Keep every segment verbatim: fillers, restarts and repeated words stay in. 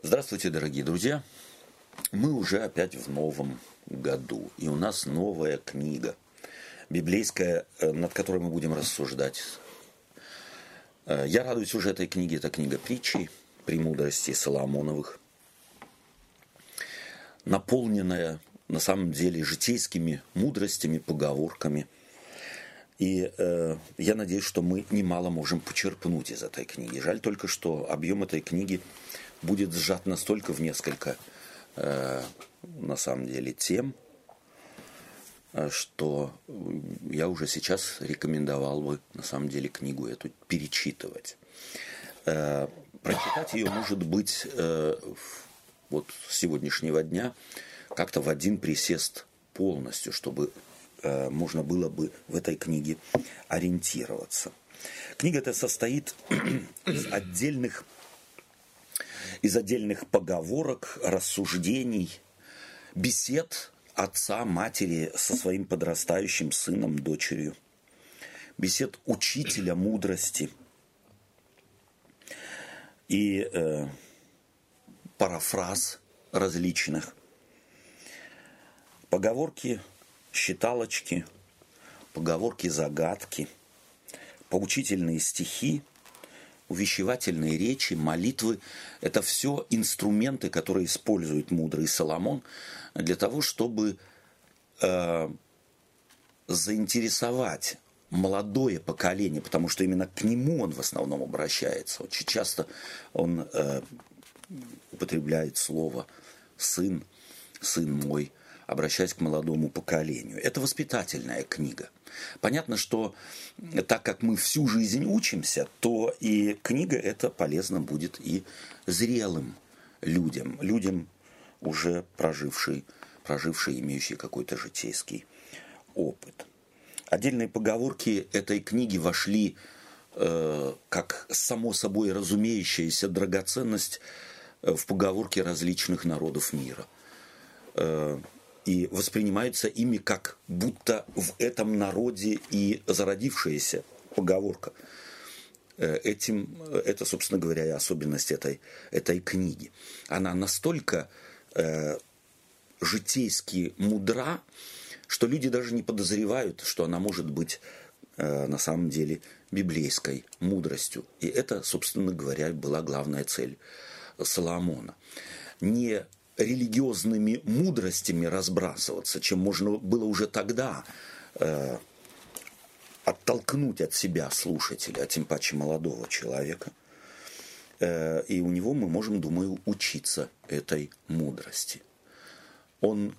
Здравствуйте, дорогие друзья! Мы уже опять в новом году, и у нас новая книга библейская, над которой мы будем рассуждать. Я радуюсь уже этой книге, это книга притчей, премудростей Соломоновых, наполненная на самом деле житейскими мудростями, поговорками. И э, я надеюсь, что мы немало можем почерпнуть из этой книги. Жаль только, что объем этой книги будет сжат настолько в несколько, э, на самом деле, тем, что я уже сейчас рекомендовал бы, на самом деле, книгу эту перечитывать. Э, прочитать ее, может быть, э, вот с сегодняшнего дня как-то в один присест полностью, чтобы э, можно было бы в этой книге ориентироваться. Книга эта состоит из отдельных из отдельных поговорок, рассуждений, бесед отца, матери со своим подрастающим сыном, дочерью, бесед учителя мудрости и э, парафраз различных, поговорки, считалочки, поговорки-загадки, поучительные стихи, увещевательные речи, молитвы – это все инструменты, которые использует мудрый Соломон для того, чтобы э, заинтересовать молодое поколение, потому что именно к нему он в основном обращается. Очень часто он э, употребляет слово «сын», «сын мой», обращаясь к молодому поколению. Это воспитательная книга. Понятно, что так как мы всю жизнь учимся, то и книга эта полезна будет и зрелым людям, людям, уже прожившие, прожившие имеющие какой-то житейский опыт. Отдельные поговорки этой книги вошли э, как само собой разумеющаяся драгоценность в поговорки различных народов мира. Э, И воспринимается ими как будто в этом народе и зародившаяся поговорка. Этим, это, собственно говоря, и особенность этой, этой книги. Она настолько э, житейски мудра, что люди даже не подозревают, что она может быть э, на самом деле библейской мудростью. И это, собственно говоря, была главная цель Соломона. Не религиозными мудростями разбрасываться, чем можно было уже тогда э, оттолкнуть от себя слушателя, а тем паче молодого человека. Э, и у него мы можем, думаю, учиться этой мудрости. Он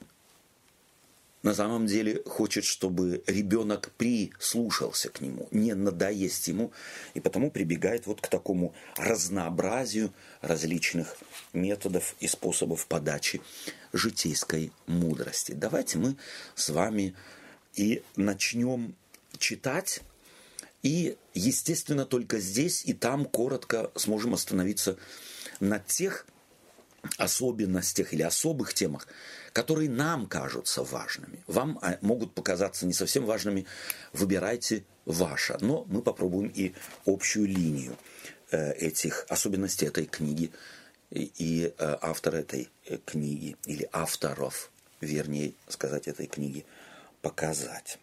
на самом деле хочет, чтобы ребенок прислушался к нему, не надоесть ему, и потому прибегает вот к такому разнообразию различных методов и способов подачи житейской мудрости. Давайте мы с вами и начнем читать, и, естественно, только здесь и там коротко сможем остановиться на тех особенностях или особых темах, которые нам кажутся важными. Вам могут показаться не совсем важными, выбирайте ваше. Но мы попробуем и общую линию этих особенностей этой книги и автора этой книги, или авторов, вернее сказать, этой книги показать.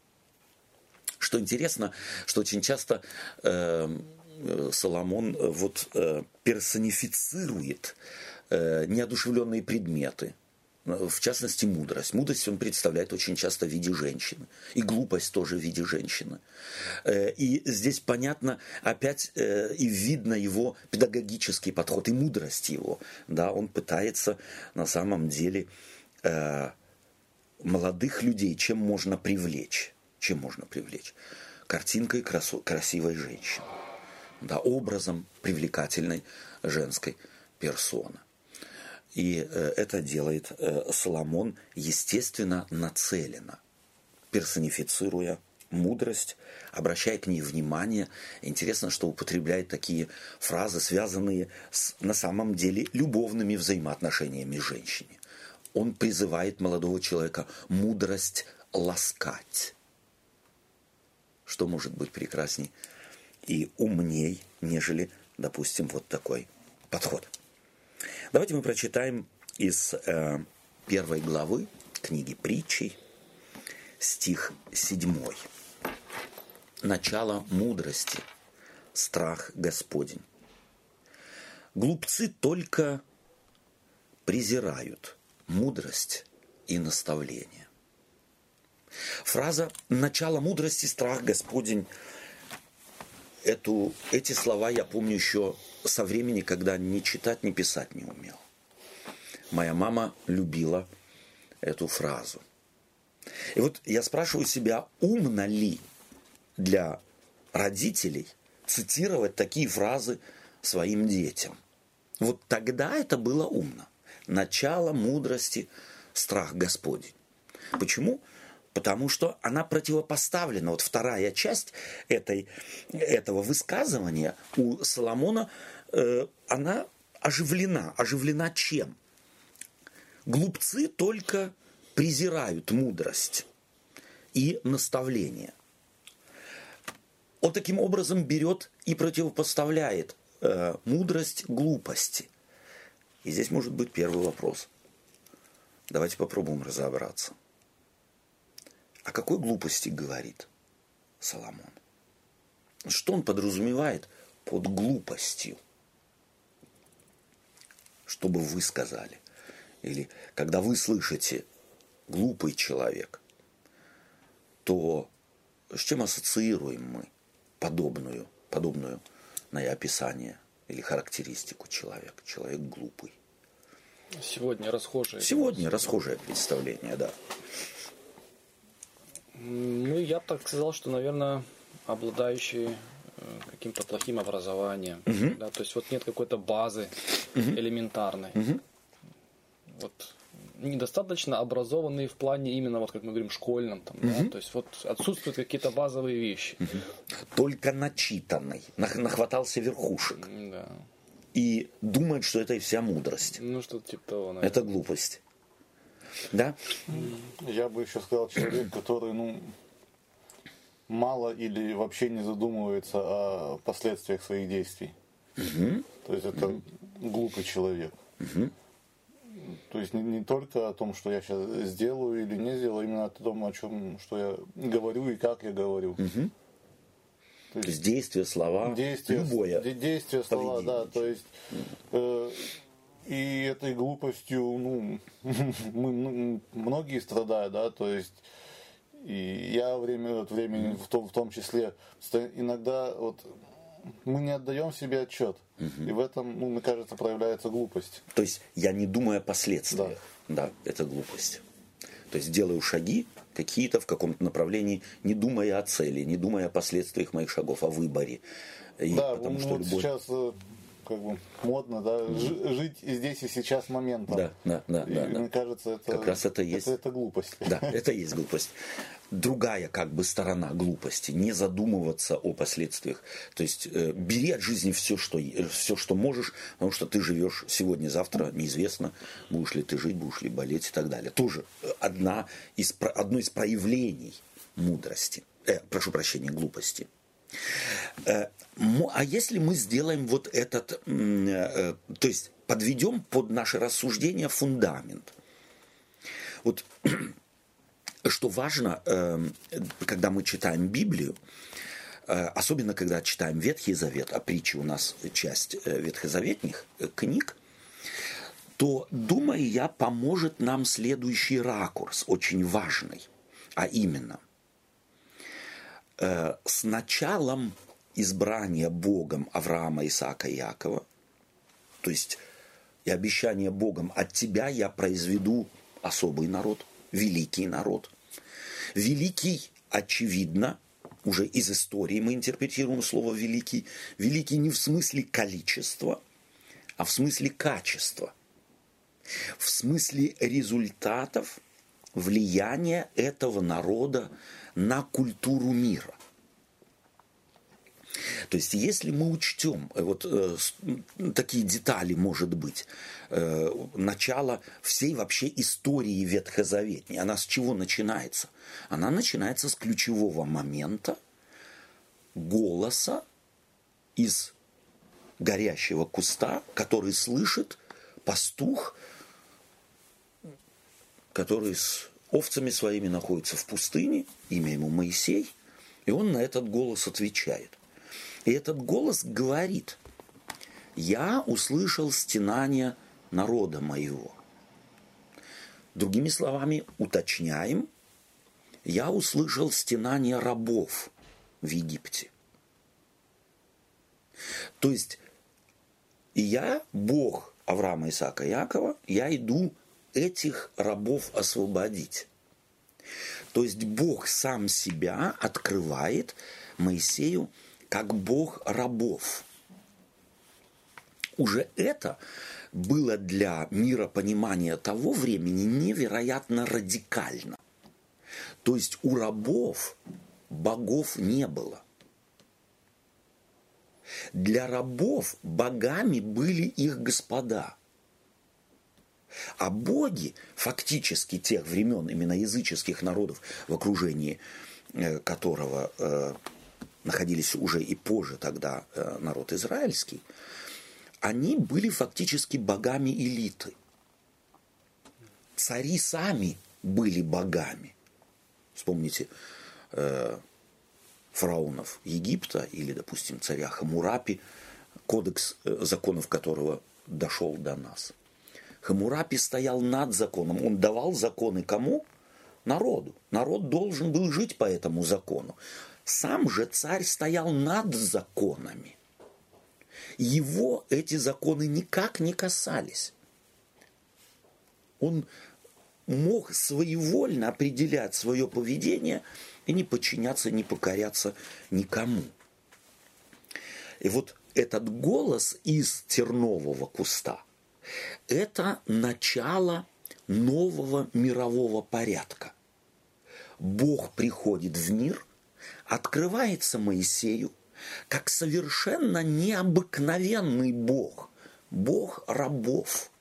Что интересно, что очень часто э, Соломон вот, э, персонифицирует э, неодушевленные предметы, в частности, мудрость. Мудрость он представляет очень часто в виде женщины. И глупость тоже в виде женщины. И здесь понятно, опять и видно его педагогический подход, и мудрость его. Да, он пытается на самом деле молодых людей чем можно привлечь. Чем можно привлечь? Картинкой красо- красивой женщины. Да, образом привлекательной женской персоны. И это делает Соломон, естественно, нацеленно, персонифицируя мудрость, обращая к ней внимание. Интересно, что употребляет такие фразы, связанные с, на самом деле, любовными взаимоотношениями с женщиной. Он призывает молодого человека мудрость ласкать. Что может быть прекрасней и умней, нежели, допустим, вот такой подход. Давайте мы прочитаем из э, первой главы книги Притчей, стих седьмой. Начало мудрости, страх Господень. Глупцы только презирают мудрость и наставление. Фраза «начало мудрости, страх Господень», эту, эти слова я помню еще со времени, когда ни читать, ни писать не умел. Моя мама любила эту фразу. И вот я спрашиваю себя, умно ли для родителей цитировать такие фразы своим детям? Вот тогда это было умно. Начало мудрости, страх Господень. Почему? Потому что она противопоставлена. Вот вторая часть этой, этого высказывания у Соломона, э, она оживлена. Оживлена чем? Глупцы только презирают мудрость и наставление. Он таким образом берет и противопоставляет э, мудрость глупости. И здесь может быть первый вопрос. Давайте попробуем разобраться. О какой глупости говорит Соломон? Что он подразумевает под глупостью? Что бы вы сказали? Или когда вы слышите «глупый человек», то с чем ассоциируем мы подобную, подобную на описание или характеристику человека? Человек глупый. Сегодня расхожее. Сегодня расхожее представление, да. Ну, я бы так сказал, что, наверное, обладающий каким-то плохим образованием. Угу. Да, то есть вот нет какой-то базы угу. элементарной. Угу. Вот недостаточно образованный в плане именно, вот как мы говорим, школьном. Там, угу. да? То есть вот отсутствуют какие-то базовые вещи. Угу. Только начитанный, нахватался верхушек. Да. И думает, что это и вся мудрость. Ну, что-то типа того, наверное. Это глупость. Да? Я бы еще сказал, человек, который, ну, мало или вообще не задумывается о последствиях своих действий. Угу. То есть это угу. глупый человек. Угу. То есть не, не только о том, что я сейчас сделаю или не сделаю, именно о том, о чем, что я говорю и как я говорю. Угу. То есть действия, слова, действия, любое действия, слова, да, то есть э, и этой глупостью, ну, мы, ну, многие страдают, да, то есть и я время от времени в том, в том числе иногда вот мы не отдаем себе отчет, угу. и в этом, ну, мне кажется, проявляется глупость. То есть я не думаю о последствиях, да, да, это глупость. То есть делаю шаги какие-то в каком-то направлении, не думая о цели, не думая о последствиях моих шагов, о выборе. И да, потому ну, что вот любой... сейчас как бы модно, да, mm-hmm. жить здесь и сейчас моментом. Да, да, да. И, да, мне да. кажется, это, как раз это, есть... это, это глупость. Да, это есть глупость. Другая как бы сторона глупости, не задумываться о последствиях. То есть э, бери от жизни все что, все, что можешь, потому что ты живешь сегодня, завтра, неизвестно, будешь ли ты жить, будешь ли болеть и так далее. Тоже одна из, одно из проявлений мудрости, э, прошу прощения, глупости. А если мы сделаем вот этот, то есть подведем под наше рассуждение фундамент. Вот что важно, когда мы читаем Библию, особенно когда читаем Ветхий Завет, а притчи у нас часть ветхозаветных книг, то, думаю я, поможет нам следующий ракурс, очень важный, а именно – с началом избрания Богом Авраама, Исаака и Иакова, то есть и обещание Богом, от тебя я произведу особый народ, великий народ. Великий, очевидно, уже из истории мы интерпретируем слово «великий». Великий не в смысле количества, а в смысле качества. В смысле результатов влияния этого народа на культуру мира. То есть, если мы учтем вот э, такие детали, может быть, э, начало всей вообще истории ветхозаветней, она с чего начинается? Она начинается с ключевого момента голоса из горящего куста, который слышит пастух, который с овцами своими находится в пустыне, имя ему Моисей, и он на этот голос отвечает. И этот голос говорит: «Я услышал стенание народа моего». Другими словами, уточняем, я услышал стенание рабов в Египте. То есть, и я, Бог Авраама, Исаака, Иакова, я иду этих рабов освободить. То есть, Бог сам себя открывает Моисею как Бог рабов. Уже это было для миропонимания того времени невероятно радикально. То есть у рабов богов не было. Для рабов богами были их господа. А боги, фактически тех времен, именно языческих народов, в окружении которого э, находились уже и позже тогда э, народ израильский, они были фактически богами элиты. Цари сами были богами. Вспомните э, фараонов Египта или, допустим, царя Хаммурапи, кодекс э, законов которого дошел до нас. Хаммурапи стоял над законом. Он давал законы кому? Народу. Народ должен был жить по этому закону. Сам же царь стоял над законами. Его эти законы никак не касались. Он мог своевольно определять свое поведение и не подчиняться, не покоряться никому. И вот этот голос из тернового куста – это начало нового мирового порядка. Бог приходит в мир, открывается Моисею, как совершенно необыкновенный Бог, Бог рабов.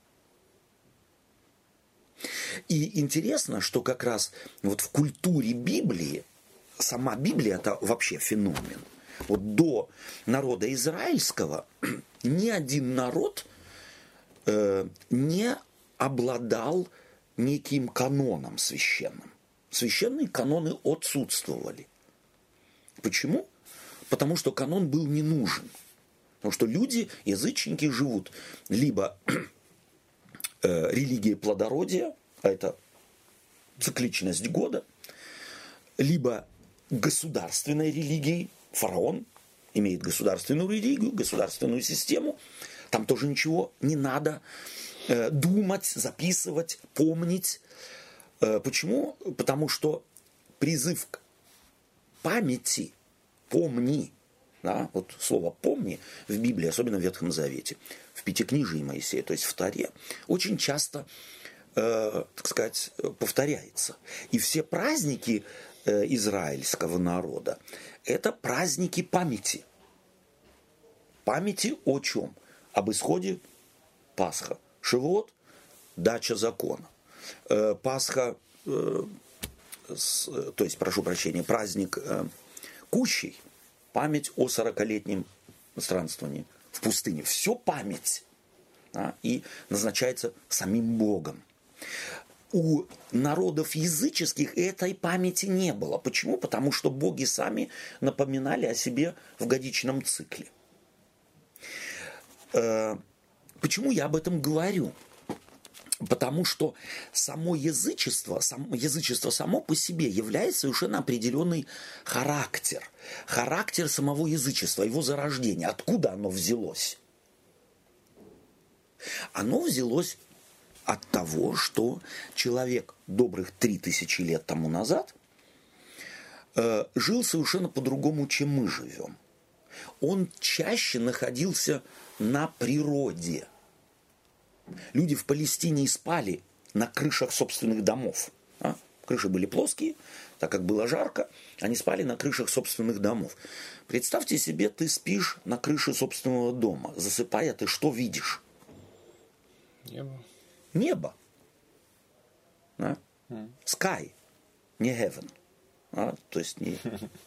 И интересно, что как раз вот в культуре Библии, сама Библия – это вообще феномен. Вот до народа израильского ни один народ э, не обладал неким каноном священным. Священные каноны отсутствовали. Почему? Потому что канон был не нужен. Потому что люди, язычники, живут либо э, религией плодородия, а это цикличность года, либо государственной религией. Фараон имеет государственную религию, государственную систему. Там тоже ничего не надо э, думать, записывать, помнить. Э, почему? Потому что призыв к памяти, помни, да, вот слово «помни» в Библии, особенно в Ветхом Завете, в Пятикнижии Моисея, то есть в Торе, очень часто, э, так сказать, повторяется. И все праздники э, израильского народа – это праздники памяти. Памяти о чем? Об исходе Пасха. Шивот – дача закона. Э, Пасха, э, с, то есть, прошу прощения, праздник э, Кущей, память о сорокалетнем странствовании в пустыне. Все память. Да, и назначается самим Богом. У народов языческих этой памяти не было. Почему? Потому что боги сами напоминали о себе в годичном цикле. Э, почему я об этом говорю? Потому что само язычество, само, язычество само по себе является совершенно определенный характер. Характер самого язычества, его зарождения. Откуда оно взялось? Оно взялось от того, что человек добрых три тысячи лет тому назад э, жил совершенно по-другому, чем мы живем. Он чаще находился на природе. Люди в Палестине спали на крышах собственных домов. А? Крыши были плоские, так как было жарко, они спали на крышах собственных домов. Представьте себе, ты спишь на крыше собственного дома. Засыпая, ты что видишь? Небо. Небо. А? Sky, не heaven. А? То есть не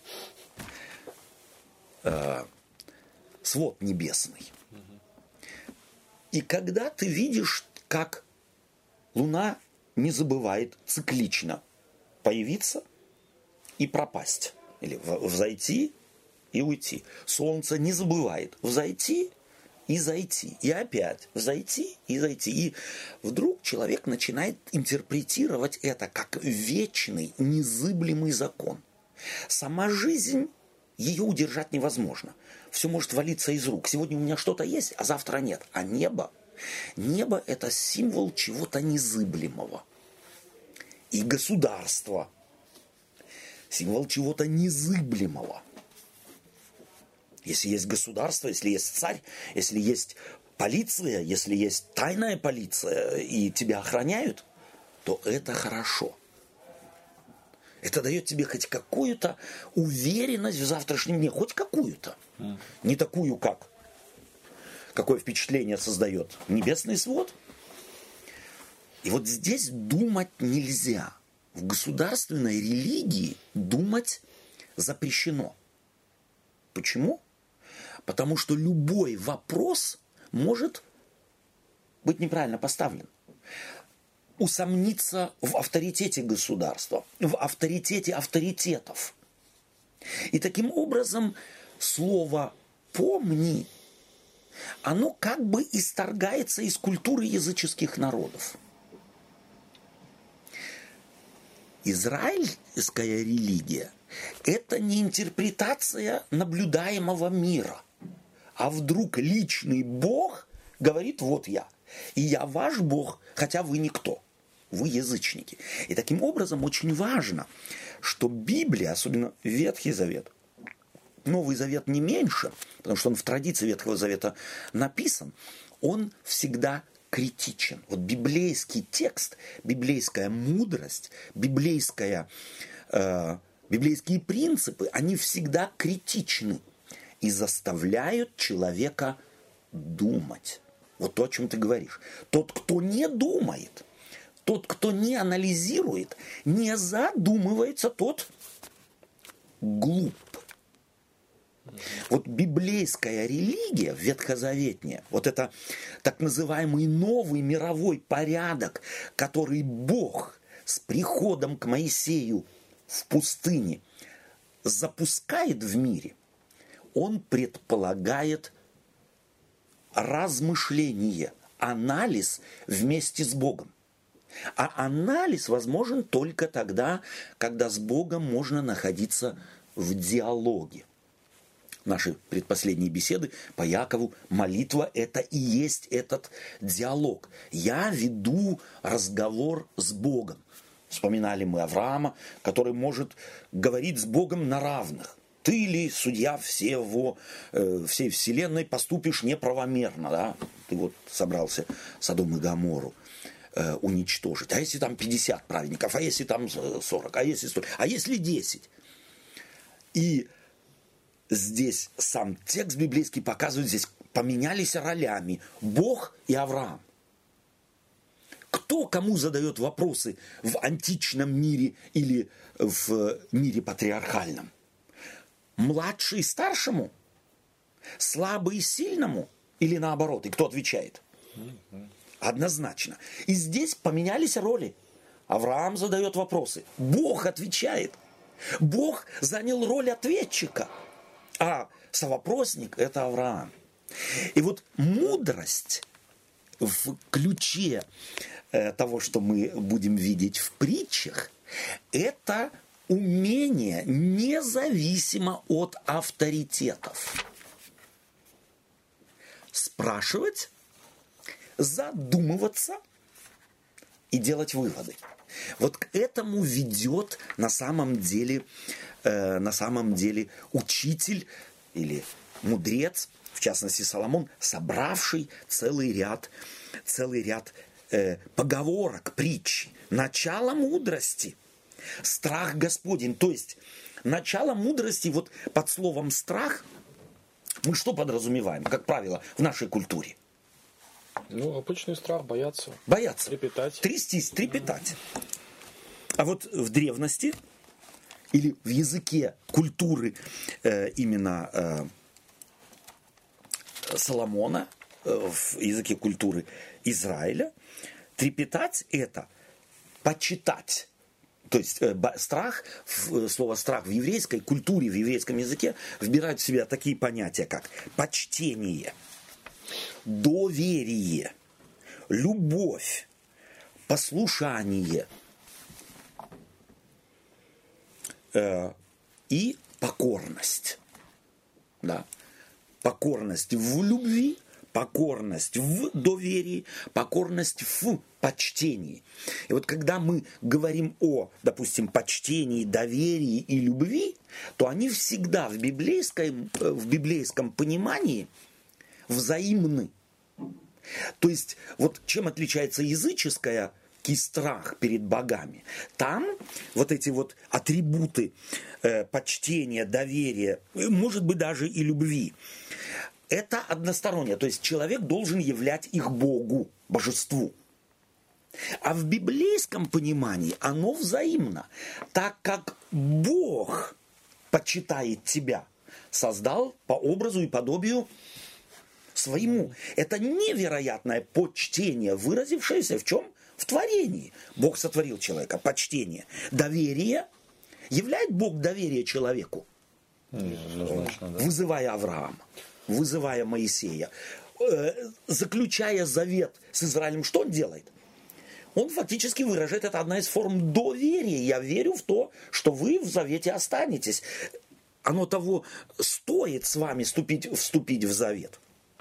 а, свод небесный. И когда ты видишь как Луна не забывает циклично появиться и пропасть. Или взойти и уйти. Солнце не забывает взойти и зайти. И опять взойти и зайти. И вдруг человек начинает интерпретировать это как вечный, незыблемый закон. Сама жизнь, ее удержать невозможно. Все может валиться из рук. Сегодня у меня что-то есть, а завтра нет. А небо? Небо – это символ чего-то незыблемого. И государство – символ чего-то незыблемого. Если есть государство, если есть царь, если есть полиция, если есть тайная полиция и тебя охраняют, то это хорошо. Это дает тебе хоть какую-то уверенность в завтрашнем дне, хоть какую-то. Mm. Не такую, как. Какое впечатление создает небесный свод. И вот здесь думать нельзя. В государственной религии думать запрещено. Почему? Потому что любой вопрос может быть неправильно поставлен. Усомниться в авторитете государства, в авторитете авторитетов. И таким образом слово «помни», оно как бы исторгается из культуры языческих народов. Израильская религия – это не интерпретация наблюдаемого мира, а вдруг личный Бог говорит: вот я, и я ваш Бог, хотя вы никто, вы язычники. И таким образом очень важно, что Библия, особенно Ветхий Завет, Новый Завет не меньше, потому что он в традиции Ветхого Завета написан, он всегда критичен. Вот библейский текст, библейская мудрость, библейская, э, библейские принципы, они всегда критичны и заставляют человека думать. Вот то, о чем ты говоришь. Тот, кто не думает, тот, кто не анализирует, не задумывается, тот глуп. Вот библейская религия, ветхозаветняя, вот это так называемый новый мировой порядок, который Бог с приходом к Моисею в пустыне запускает в мире, он предполагает размышление, анализ вместе с Богом. А анализ возможен только тогда, когда с Богом можно находиться в диалоге. Наши предпоследние беседы по Якову, молитва – это и есть этот диалог. Я веду разговор с Богом. Вспоминали мы Авраама, который может говорить с Богом на равных. Ты ли, судья всего, э, всей вселенной, поступишь неправомерно, да? Ты вот собрался Содом и Гоморру э, уничтожить. А если там пятьдесят праведников, а если там сорок, а если сто, а если десять? И здесь сам текст библейский показывает, здесь поменялись ролями Бог и Авраам. Кто кому задает вопросы в античном мире или в мире патриархальном? Младший старшему? Слабый сильному? Или наоборот? И кто отвечает? Однозначно. И здесь поменялись роли. Авраам задает вопросы. Бог отвечает. Бог занял роль ответчика. А совопросник – это Авраам. И вот мудрость в ключе того, что мы будем видеть в притчах, это умение независимо от авторитетов спрашивать, задумываться и делать выводы. Вот к этому ведет на самом деле, э, на самом деле учитель или мудрец, в частности Соломон, собравший целый ряд, целый ряд э, поговорок, притч. Начало мудрости, страх Господень. То есть начало мудрости, вот под словом страх, мы что подразумеваем, как правило, в нашей культуре? Ну, обычный страх, бояться. Бояться. Трепетать. Трястись, трепетать. А вот в древности или в языке культуры э, именно э, Соломона в языке культуры Израиля, трепетать – это почитать. То есть страх, слово страх в еврейской культуре, в еврейском языке вбирает в себя такие понятия, как почтение, доверие, любовь, послушание э, и покорность. Да? Покорность в любви, покорность в доверии, покорность в почтении. И вот когда мы говорим о, допустим, почтении, доверии и любви, то они всегда в библейском, в библейском понимании взаимны. То есть, вот чем отличается языческая страх перед богами? Там вот эти вот атрибуты э, почтения, доверия, может быть, даже и любви, это одностороннее. То есть, человек должен являть их Богу, божеству. А в библейском понимании оно взаимно, так как Бог почитает тебя, создал по образу и подобию своему. Это невероятное почтение, выразившееся в чем? В творении. Бог сотворил человека. Почтение. Доверие. Являет Бог доверие человеку? Однозначно, да. Вызывая Авраама, вызывая Моисея, заключая завет с Израилем, что он делает? Он фактически выражает, это одна из форм доверия. Я верю в то, что вы в завете останетесь. Оно того стоит с вами вступить, вступить в завет.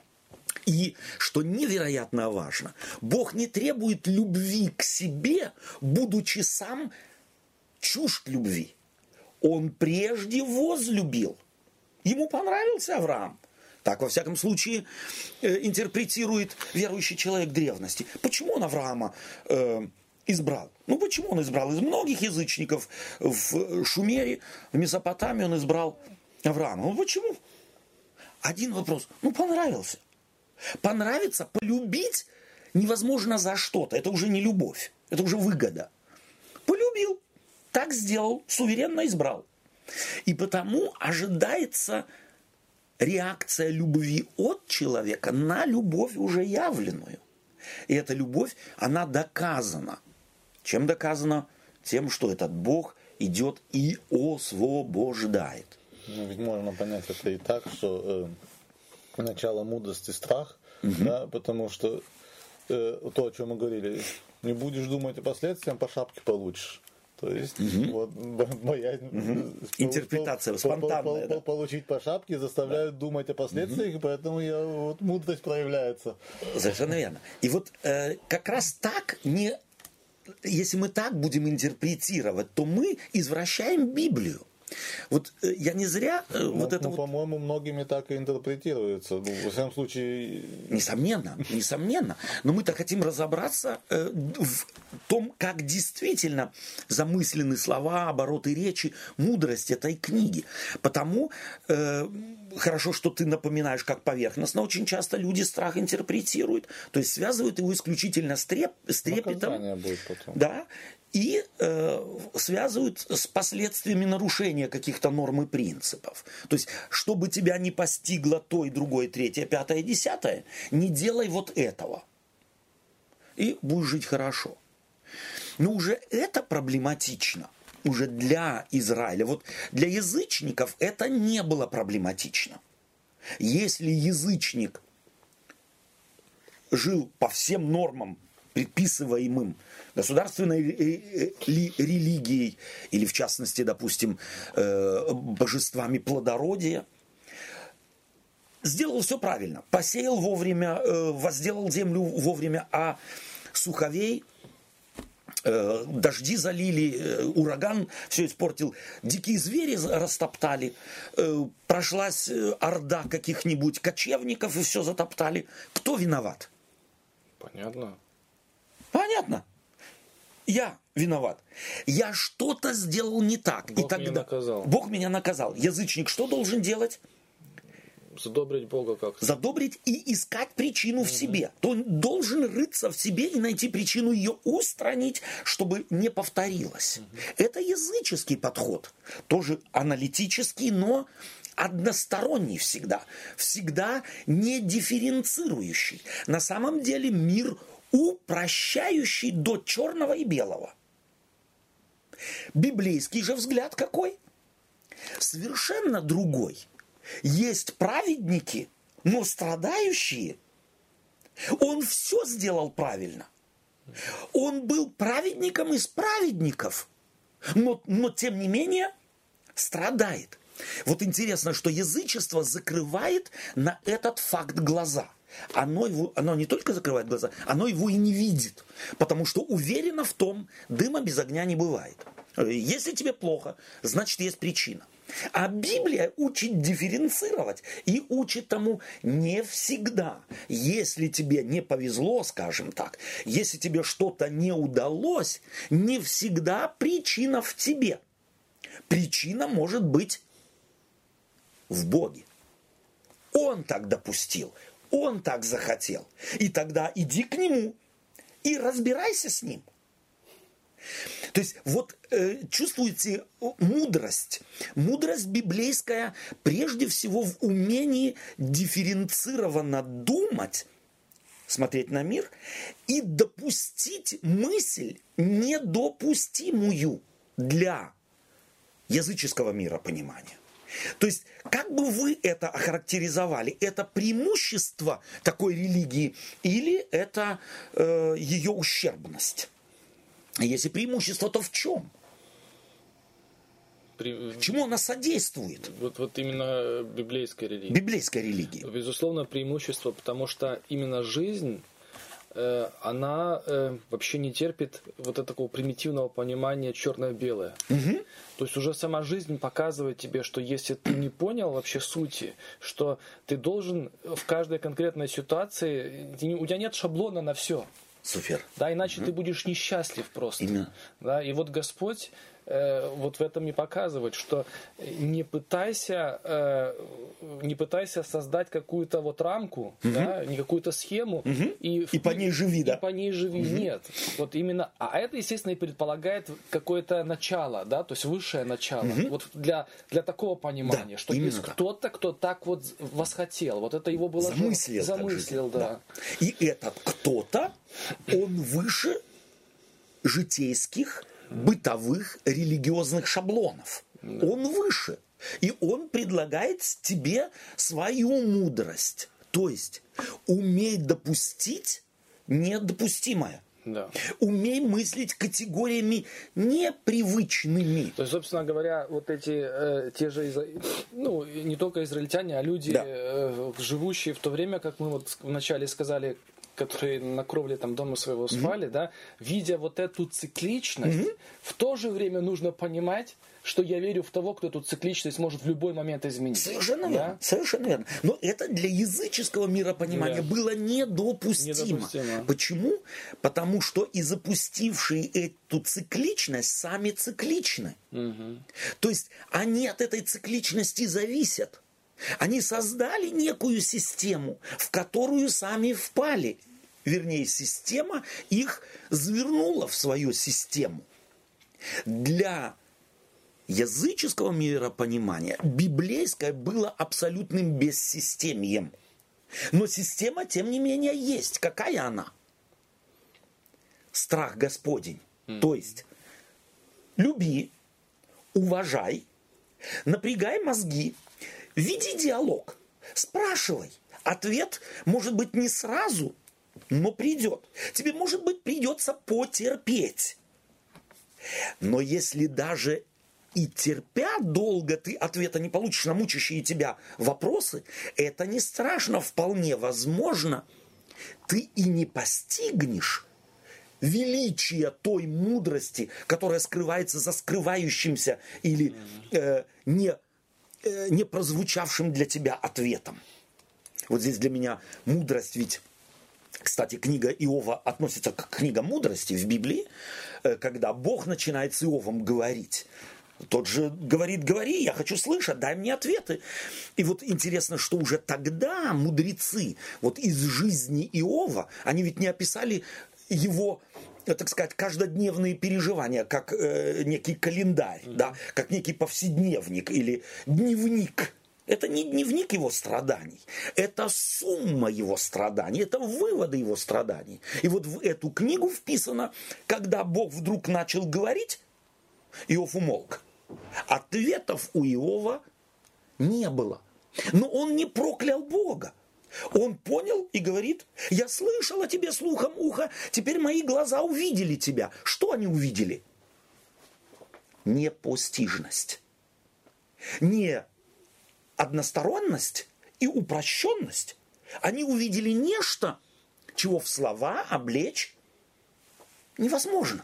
И, что невероятно важно, Бог не требует любви к себе, будучи сам чужд любви. Он прежде возлюбил. Ему понравился Авраам. Так, во всяком случае, э, интерпретирует верующий человек древности. Почему он Авраама э, избрал? Ну, почему он избрал? Из многих язычников в Шумере, в Месопотамии он избрал Авраама. Ну, почему? Один вопрос. Ну, понравился. Понравиться, полюбить невозможно за что-то. Это уже не любовь. Это уже выгода. Полюбил. Так сделал. Суверенно избрал. И потому ожидается реакция любви от человека на любовь уже явленную. И эта любовь, она доказана. Чем доказана? Тем, что этот Бог идет и освобождает. Ну, ведь можно понять это и так, что э, начало мудрости страх, угу. да, потому что э, то, о чем мы говорили, не будешь думать о последствиях, по шапке получишь. То есть, угу. вот, боязнь, угу. интерпретация спонтанная. Да? Получить по шапке заставляют да. думать о последствиях, угу. и поэтому я, вот, мудрость проявляется. Совершенно верно. И вот э, как раз так, не, если мы так будем интерпретировать, то мы извращаем Библию. Вот э, я не зря э, ну, вот это ну, вот... по-моему, многими так и интерпретируется. Ну, во всяком случае... Несомненно, несомненно. Но мы-то хотим разобраться э, в том, как действительно замыслены слова, обороты речи, мудрость этой книги. Потому э, хорошо, что ты напоминаешь, как поверхностно очень часто люди страх интерпретируют. То есть связывают его исключительно с, треп, с трепетом. Наказание будет потом. Да. И э, связывают с последствиями нарушения каких-то норм и принципов. То есть, чтобы тебя не постигло то и другое, третье, пятое, десятое, не делай вот этого. И будешь жить хорошо. Но уже это проблематично. Уже для Израиля. Вот для язычников это не было проблематично. Если язычник жил по всем нормам, предписываемым государственной религией, или в частности, допустим, божествами плодородия, сделал все правильно. Посеял вовремя, возделал землю вовремя, а суховей, дожди залили, ураган все испортил, дикие звери растоптали, прошлась орда каких-нибудь кочевников и все затоптали. Кто виноват? Понятно. Понятно. Я виноват. Я что-то сделал не так. Бог и тогда меня наказал. Бог меня наказал. Язычник что должен делать? Задобрить Бога как-то. Задобрить и искать причину mm-hmm. в себе. То он должен рыться в себе и найти причину, ее устранить, чтобы не повторилось. Mm-hmm. Это языческий подход. Тоже аналитический, но односторонний всегда, всегда не дифференцирующий. На самом деле мир упрощающий до черного и белого. Библейский же взгляд какой? Совершенно другой. Есть праведники, но страдающие. Он все сделал правильно. Он был праведником из праведников, но, но тем не менее страдает. Вот интересно, что язычество закрывает на этот факт глаза. Оно, его, оно не только закрывает глаза, оно его и не видит. Потому что уверено в том, дыма без огня не бывает. Если тебе плохо, значит есть причина. А Библия учит дифференцировать и учит тому не всегда. Если тебе не повезло, скажем так, если тебе что-то не удалось, не всегда причина в тебе. Причина может быть в Боге. Он так допустил, он так захотел. И тогда иди к нему и разбирайся с ним. То есть вот э, чувствуете мудрость. Мудрость библейская прежде всего в умении дифференцированно думать, смотреть на мир и допустить мысль недопустимую для языческого миропонимания. То есть, как бы вы это охарактеризовали? Это преимущество такой религии или это э, ее ущербность? Если преимущество, то в чем? При... Чему она содействует? Вот, вот именно библейская религия. Библейская религия. Безусловно, преимущество, потому что именно жизнь, э, она э, вообще не терпит вот этого такого примитивного понимания черное-белое. Угу. То есть уже сама жизнь показывает тебе, что если ты не понял вообще сути, что ты должен в каждой конкретной ситуации, у тебя нет шаблона на все. Супер. Да, иначе угу. ты будешь несчастлив просто. Именно. Да, и вот Господь э, вот в этом и показывает, что не пытайся, э, не пытайся создать какую-то вот рамку, угу. да, не какую-то схему угу. и, и по ней живи, и да? по ней живи. Угу. Нет. Вот именно, а это, естественно, и предполагает какое-то начало, да, то есть высшее начало. Угу. Вот для, для такого понимания, да, что есть так. кто-то, кто так вот восхотел. Вот это его было замыслил, замыслил, да. да. И этот кто-то, он выше житейских, бытовых, религиозных шаблонов. Да. Он выше. И он предлагает тебе свою мудрость. То есть, умей допустить недопустимое. Да. Умей мыслить категориями непривычными. То есть, собственно говоря, вот эти э, те же, ну, не только израильтяне, а люди, да. э, живущие в то время, как мы вот вначале сказали, которые на кровле там дома своего спали, mm-hmm. да, видя вот эту цикличность, mm-hmm. в то же время нужно понимать, что я верю в того, кто эту цикличность может в любой момент изменить. Совершенно да? верно. Совершенно верно. Но это для языческого миропонимания да. было недопустимо. недопустимо. Почему? Потому что и запустившие эту цикличность сами цикличны. Угу. То есть они от этой цикличности зависят. Они создали некую систему, в которую сами впали. Вернее, система их завернула в свою систему. Для языческого миропонимания библейское было абсолютным бессистемием. Но система, тем не менее, есть. Какая она? Страх Господень. Mm. То есть, люби, уважай, напрягай мозги, веди диалог, спрашивай. Ответ может быть не сразу, но придет. Тебе, может быть, придется потерпеть. Но если даже и терпя долго ты ответа не получишь на мучащие тебя вопросы, это не страшно, вполне возможно, ты и не постигнешь величия той мудрости, которая скрывается за скрывающимся или э, не, э, не прозвучавшим для тебя ответом. Вот здесь для меня мудрость, ведь, кстати, книга Иова относится к книгам мудрости в Библии, э, когда Бог начинает с Иовом говорить. Тот же говорит, говори, я хочу слышать, дай мне ответы. И вот интересно, что уже тогда мудрецы вот из жизни Иова, они ведь не описали его, так сказать, каждодневные переживания, как э, некий календарь, mm-hmm. да, как некий повседневник или дневник. Это не дневник его страданий, это сумма его страданий, это выводы его страданий. И вот в эту книгу вписано, когда Бог вдруг начал говорить, Иов умолк. Ответов у Иова не было. Но он не проклял Бога. Он понял и говорит: я слышал о тебе слухом уха, теперь мои глаза увидели тебя. Что они увидели? Непостижность. Не односторонность и упрощенность. Они увидели нечто, чего в слова облечь невозможно.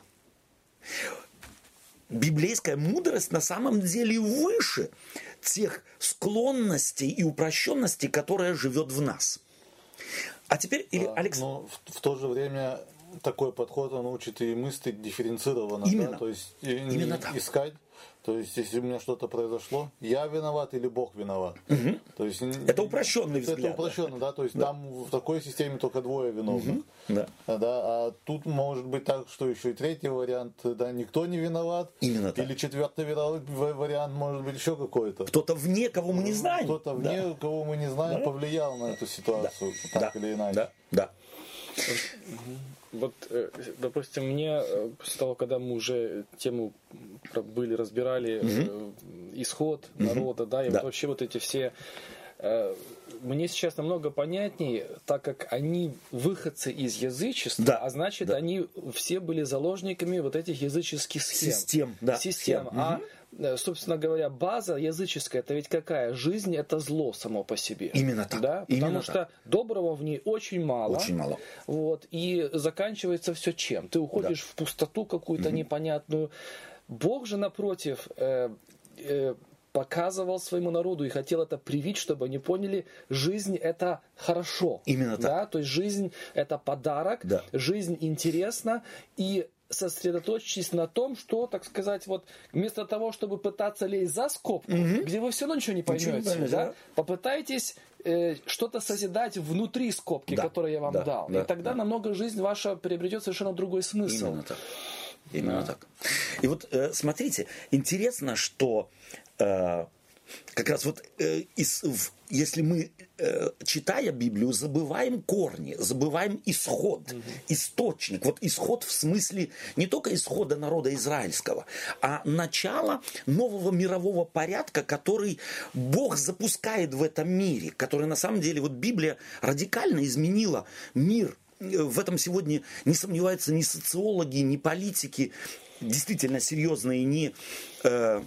Библейская мудрость на самом деле выше тех склонностей и упрощенностей, которая живет в нас. А теперь, или, Алекс... Но в, в то же время такой подход, он учит и мыслить дифференцированно. Именно. Да? То есть и не Именно так. искать. То есть, если у меня что-то произошло, я виноват или Бог виноват. Угу. То есть, это упрощенный взгляд. Это упрощенно, да. То есть, да. Там в такой системе только двое виновных. Угу. Да. Да, а тут может быть так, что еще и третий вариант, да, никто не виноват. Именно так. Или четвертый вариант может быть еще какой-то. Кто-то вне, кого мы не знаем. Кто-то вне, да. кого мы не знаем, да. повлиял на эту ситуацию, да. так да. или иначе. Да. Да. Вот, допустим, мне после того, когда мы уже тему были, разбирали угу. исход угу. народа, да, и да. вот вообще вот эти все... Мне сейчас намного понятней, так как они выходцы из язычества, да. а значит, да. они все были заложниками вот этих языческих схем. Систем, да. Систем. Угу. А, собственно говоря, база языческая, это ведь какая? Жизнь – это зло само по себе. Именно так. Да? Именно Потому так. что доброго в ней очень мало. Очень мало. Вот, и заканчивается все чем? Ты уходишь да. в пустоту какую-то угу. непонятную. Бог же, напротив, э, э, показывал своему народу и хотел это привить, чтобы они поняли, жизнь это хорошо. Именно да? так. То есть жизнь это подарок, да. жизнь интересна, и сосредоточьтесь на том, что, так сказать, вот вместо того, чтобы пытаться лезть за скобку, угу. где вы все равно ничего не поймете, ничего не да? попытайтесь э, что-то созидать внутри скобки, да. которую я вам да. дал. Да. И тогда да. намного жизнь ваша приобретет совершенно другой смысл. Именно так. Именно да. так. И вот э, смотрите, интересно, что э, как раз вот э, из, в, если мы, э, читая Библию, забываем корни, забываем исход, угу. источник. Вот исход в смысле не только исхода народа израильского, а начало нового мирового порядка, который Бог запускает в этом мире, который на самом деле, вот Библия радикально изменила мир. В этом сегодня не сомневаются ни социологи, ни политики, действительно серьезные, ни э,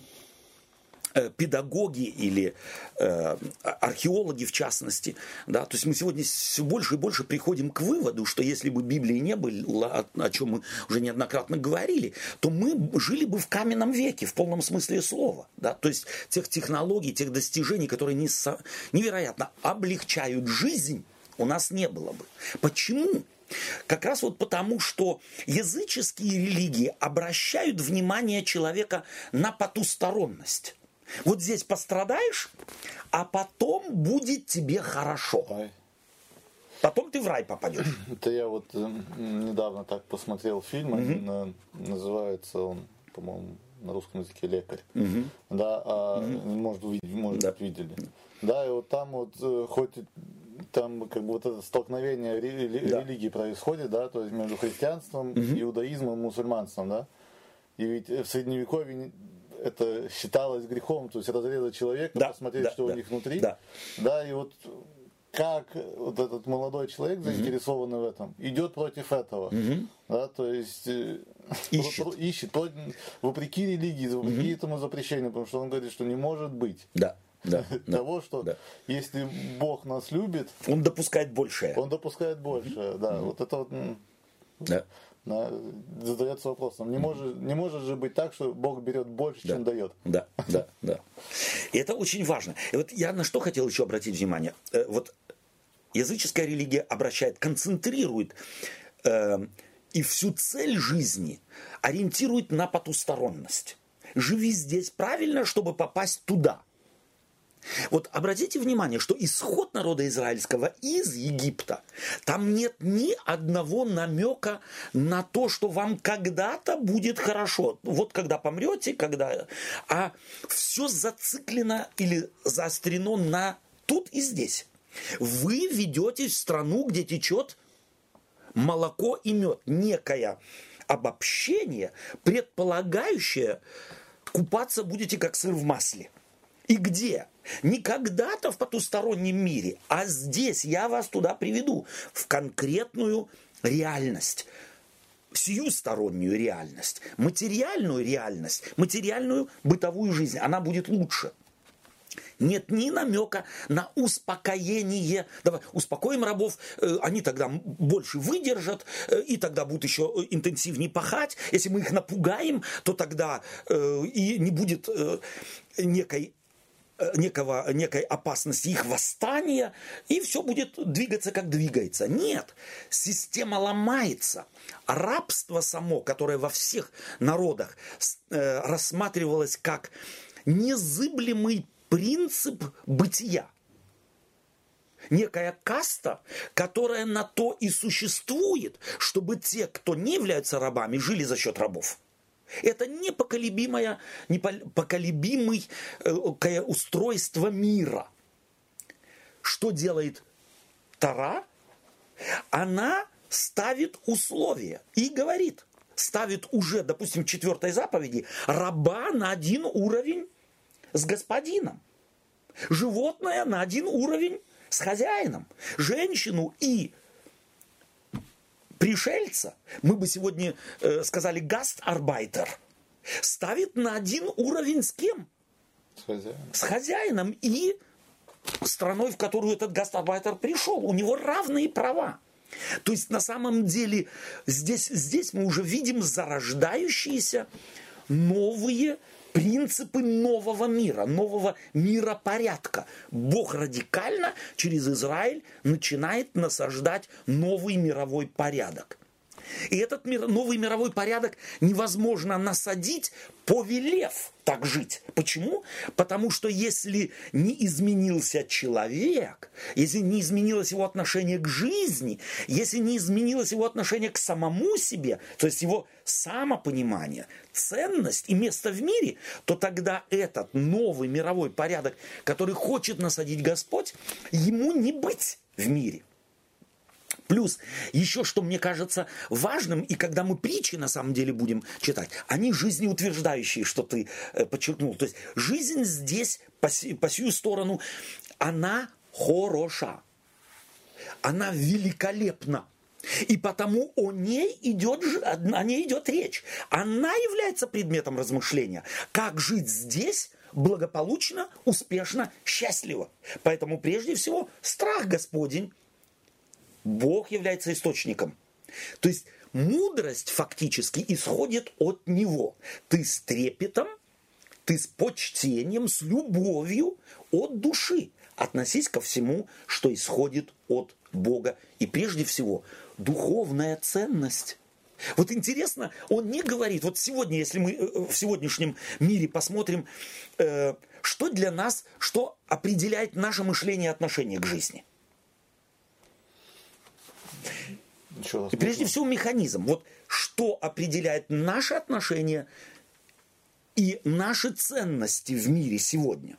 э, педагоги или э, археологи в частности. Да? То есть мы сегодня все больше и больше приходим к выводу, что если бы Библии не было, о чем мы уже неоднократно говорили, то мы жили бы в каменном веке, в полном смысле слова. Да? То есть тех технологий, тех достижений, которые невероятно облегчают жизнь, у нас не было бы. Почему? Как раз вот потому, что языческие религии обращают внимание человека на потусторонность. Вот здесь пострадаешь, а потом будет тебе хорошо. Ой. Потом ты в рай попадешь. Это я вот э, недавно так посмотрел фильм, угу. один, э, называется он, по-моему, на русском языке «Лекарь». Угу. Да, а, угу. может, может да. видели. Да, и вот там вот э, хоть там как бы вот это столкновение рели- да. религий происходит, да, то есть между христианством, угу. иудаизмом и мусульманством, да. И ведь в Средневековье это считалось грехом, то есть разрезать человека, да. посмотреть, да. что да. у них внутри. Да. да, и вот как вот этот молодой человек, заинтересованный угу. в этом, идет против этого. Угу. Да, то есть ищет, про, про, ищет про, вопреки религии, вопреки угу. этому запрещению, потому что он говорит, что не может быть. Да. Да, того, да, что да. если Бог нас любит, Он допускает большее. Он допускает большее, да. Mm-hmm. Вот это вот да. да, задается вопросом. Не, mm-hmm. может, не может же быть так, что Бог берет больше, да. чем дает. Да, да, да. И это очень важно. И вот я на что хотел еще обратить внимание. Вот языческая религия обращает, концентрирует э, и всю цель жизни ориентирует на потусторонность. Живи здесь правильно, чтобы попасть туда. Вот обратите внимание, что исход народа израильского из Египта, там нет ни одного намека на то, что вам когда-то будет хорошо. Вот когда помрете, когда... А все зациклено или заострено на тут и здесь. Вы ведетесь в страну, где течет молоко и мед. Некое обобщение, предполагающее, купаться будете как сыр в масле. И где? Не когда-то в потустороннем мире, а здесь я вас туда приведу, в конкретную реальность, сиюстороннюю реальность, материальную реальность, материальную бытовую жизнь. Она будет лучше. Нет ни намека на успокоение. Давай успокоим рабов, они тогда больше выдержат, и тогда будут еще интенсивнее пахать. Если мы их напугаем, то тогда и не будет некой Некого, некой опасности их восстания, и все будет двигаться, как двигается. Нет, система ломается. Рабство само, которое во всех народах э, рассматривалось как незыблемый принцип бытия. Некая каста, которая на то и существует, чтобы те, кто не являются рабами, жили за счет рабов. Это непоколебимое, непоколебимое устройство мира. Что делает Тора? Она ставит условия и говорит, ставит уже, допустим, в четвертой заповеди, раба на один уровень с господином, животное на один уровень с хозяином, женщину и пришельца, мы бы сегодня э, сказали гастарбайтер, ставит на один уровень с кем? С хозяином. С хозяином и страной, в которую этот гастарбайтер пришел. У него равные права. То есть на самом деле здесь, здесь мы уже видим зарождающиеся новые принципы нового мира, нового миропорядка. Бог радикально через Израиль начинает насаждать новый мировой порядок. И этот мир, новый мировой порядок невозможно насадить, повелев так жить. Почему? Потому что если не изменился человек, если не изменилось его отношение к жизни, если не изменилось его отношение к самому себе, то есть его самопонимание, ценность и место в мире, то тогда этот новый мировой порядок, который хочет насадить Господь, ему не быть в мире. Плюс, еще что мне кажется важным, и когда мы притчи на самом деле будем читать, они жизнеутверждающие, что ты э, подчеркнул. То есть жизнь здесь, по, по сию сторону, она хороша, она великолепна. И потому о ней идет, о ней идет речь. Она является предметом размышления. Как жить здесь благополучно, успешно, счастливо. Поэтому прежде всего страх Господень. Бог является источником. То есть мудрость фактически исходит от Него. Ты с трепетом, ты с почтением, с любовью от души относись ко всему, что исходит от Бога. И прежде всего духовная ценность. Вот интересно, он не говорит, вот сегодня, если мы в сегодняшнем мире посмотрим, что для нас, что определяет наше мышление и отношение к жизни. И прежде всего механизм. Вот что определяет наши отношения и наши ценности в мире сегодня.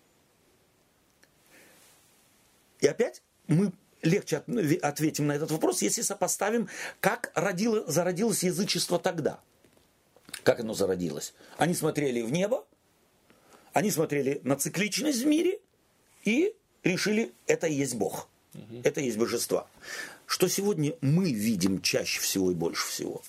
И опять мы легче ответим на этот вопрос, если сопоставим, как родило, зародилось язычество тогда. Как оно зародилось? Они смотрели в небо, они смотрели на цикличность в мире и решили, это и есть Бог. Угу. Это и есть божество. Что сегодня мы видим чаще всего и больше всего?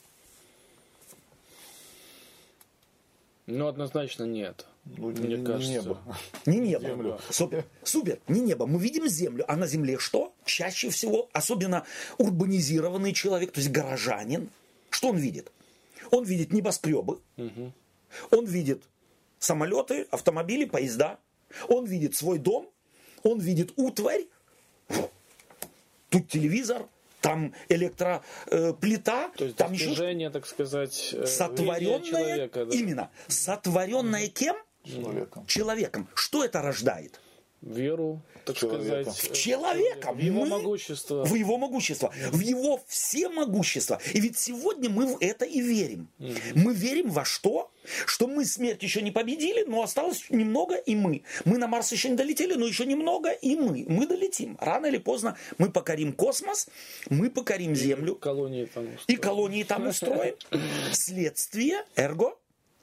Ну, однозначно нет. Ну, Мне не, кажется. Не небо. Не небо. Землю. Супер. Супер. Не небо. Мы видим землю. А на земле что? Чаще всего, особенно урбанизированный человек, то есть горожанин, что он видит? Он видит небоскребы. Угу. Он видит самолеты, автомобили, поезда. Он видит свой дом. Он видит утварь. Тут телевизор, там электроплита, То есть там еще движение, так сказать, сотворенное, человека, да? именно, сотворенное кем? Человеком. Человеком. Что это рождает? веру, так Человека. сказать. В человека. В его Мы- могущество. В его могущество. В его всемогущество. И ведь сегодня мы в это и верим. Мы верим во что? Что мы смерть еще не победили, но осталось немного, и мы. Мы на Марс еще не долетели, но еще немного, и мы. Мы долетим. Рано или поздно мы покорим космос, мы покорим Землю. Колонии там. И колонии там устроим. Следствие, эрго,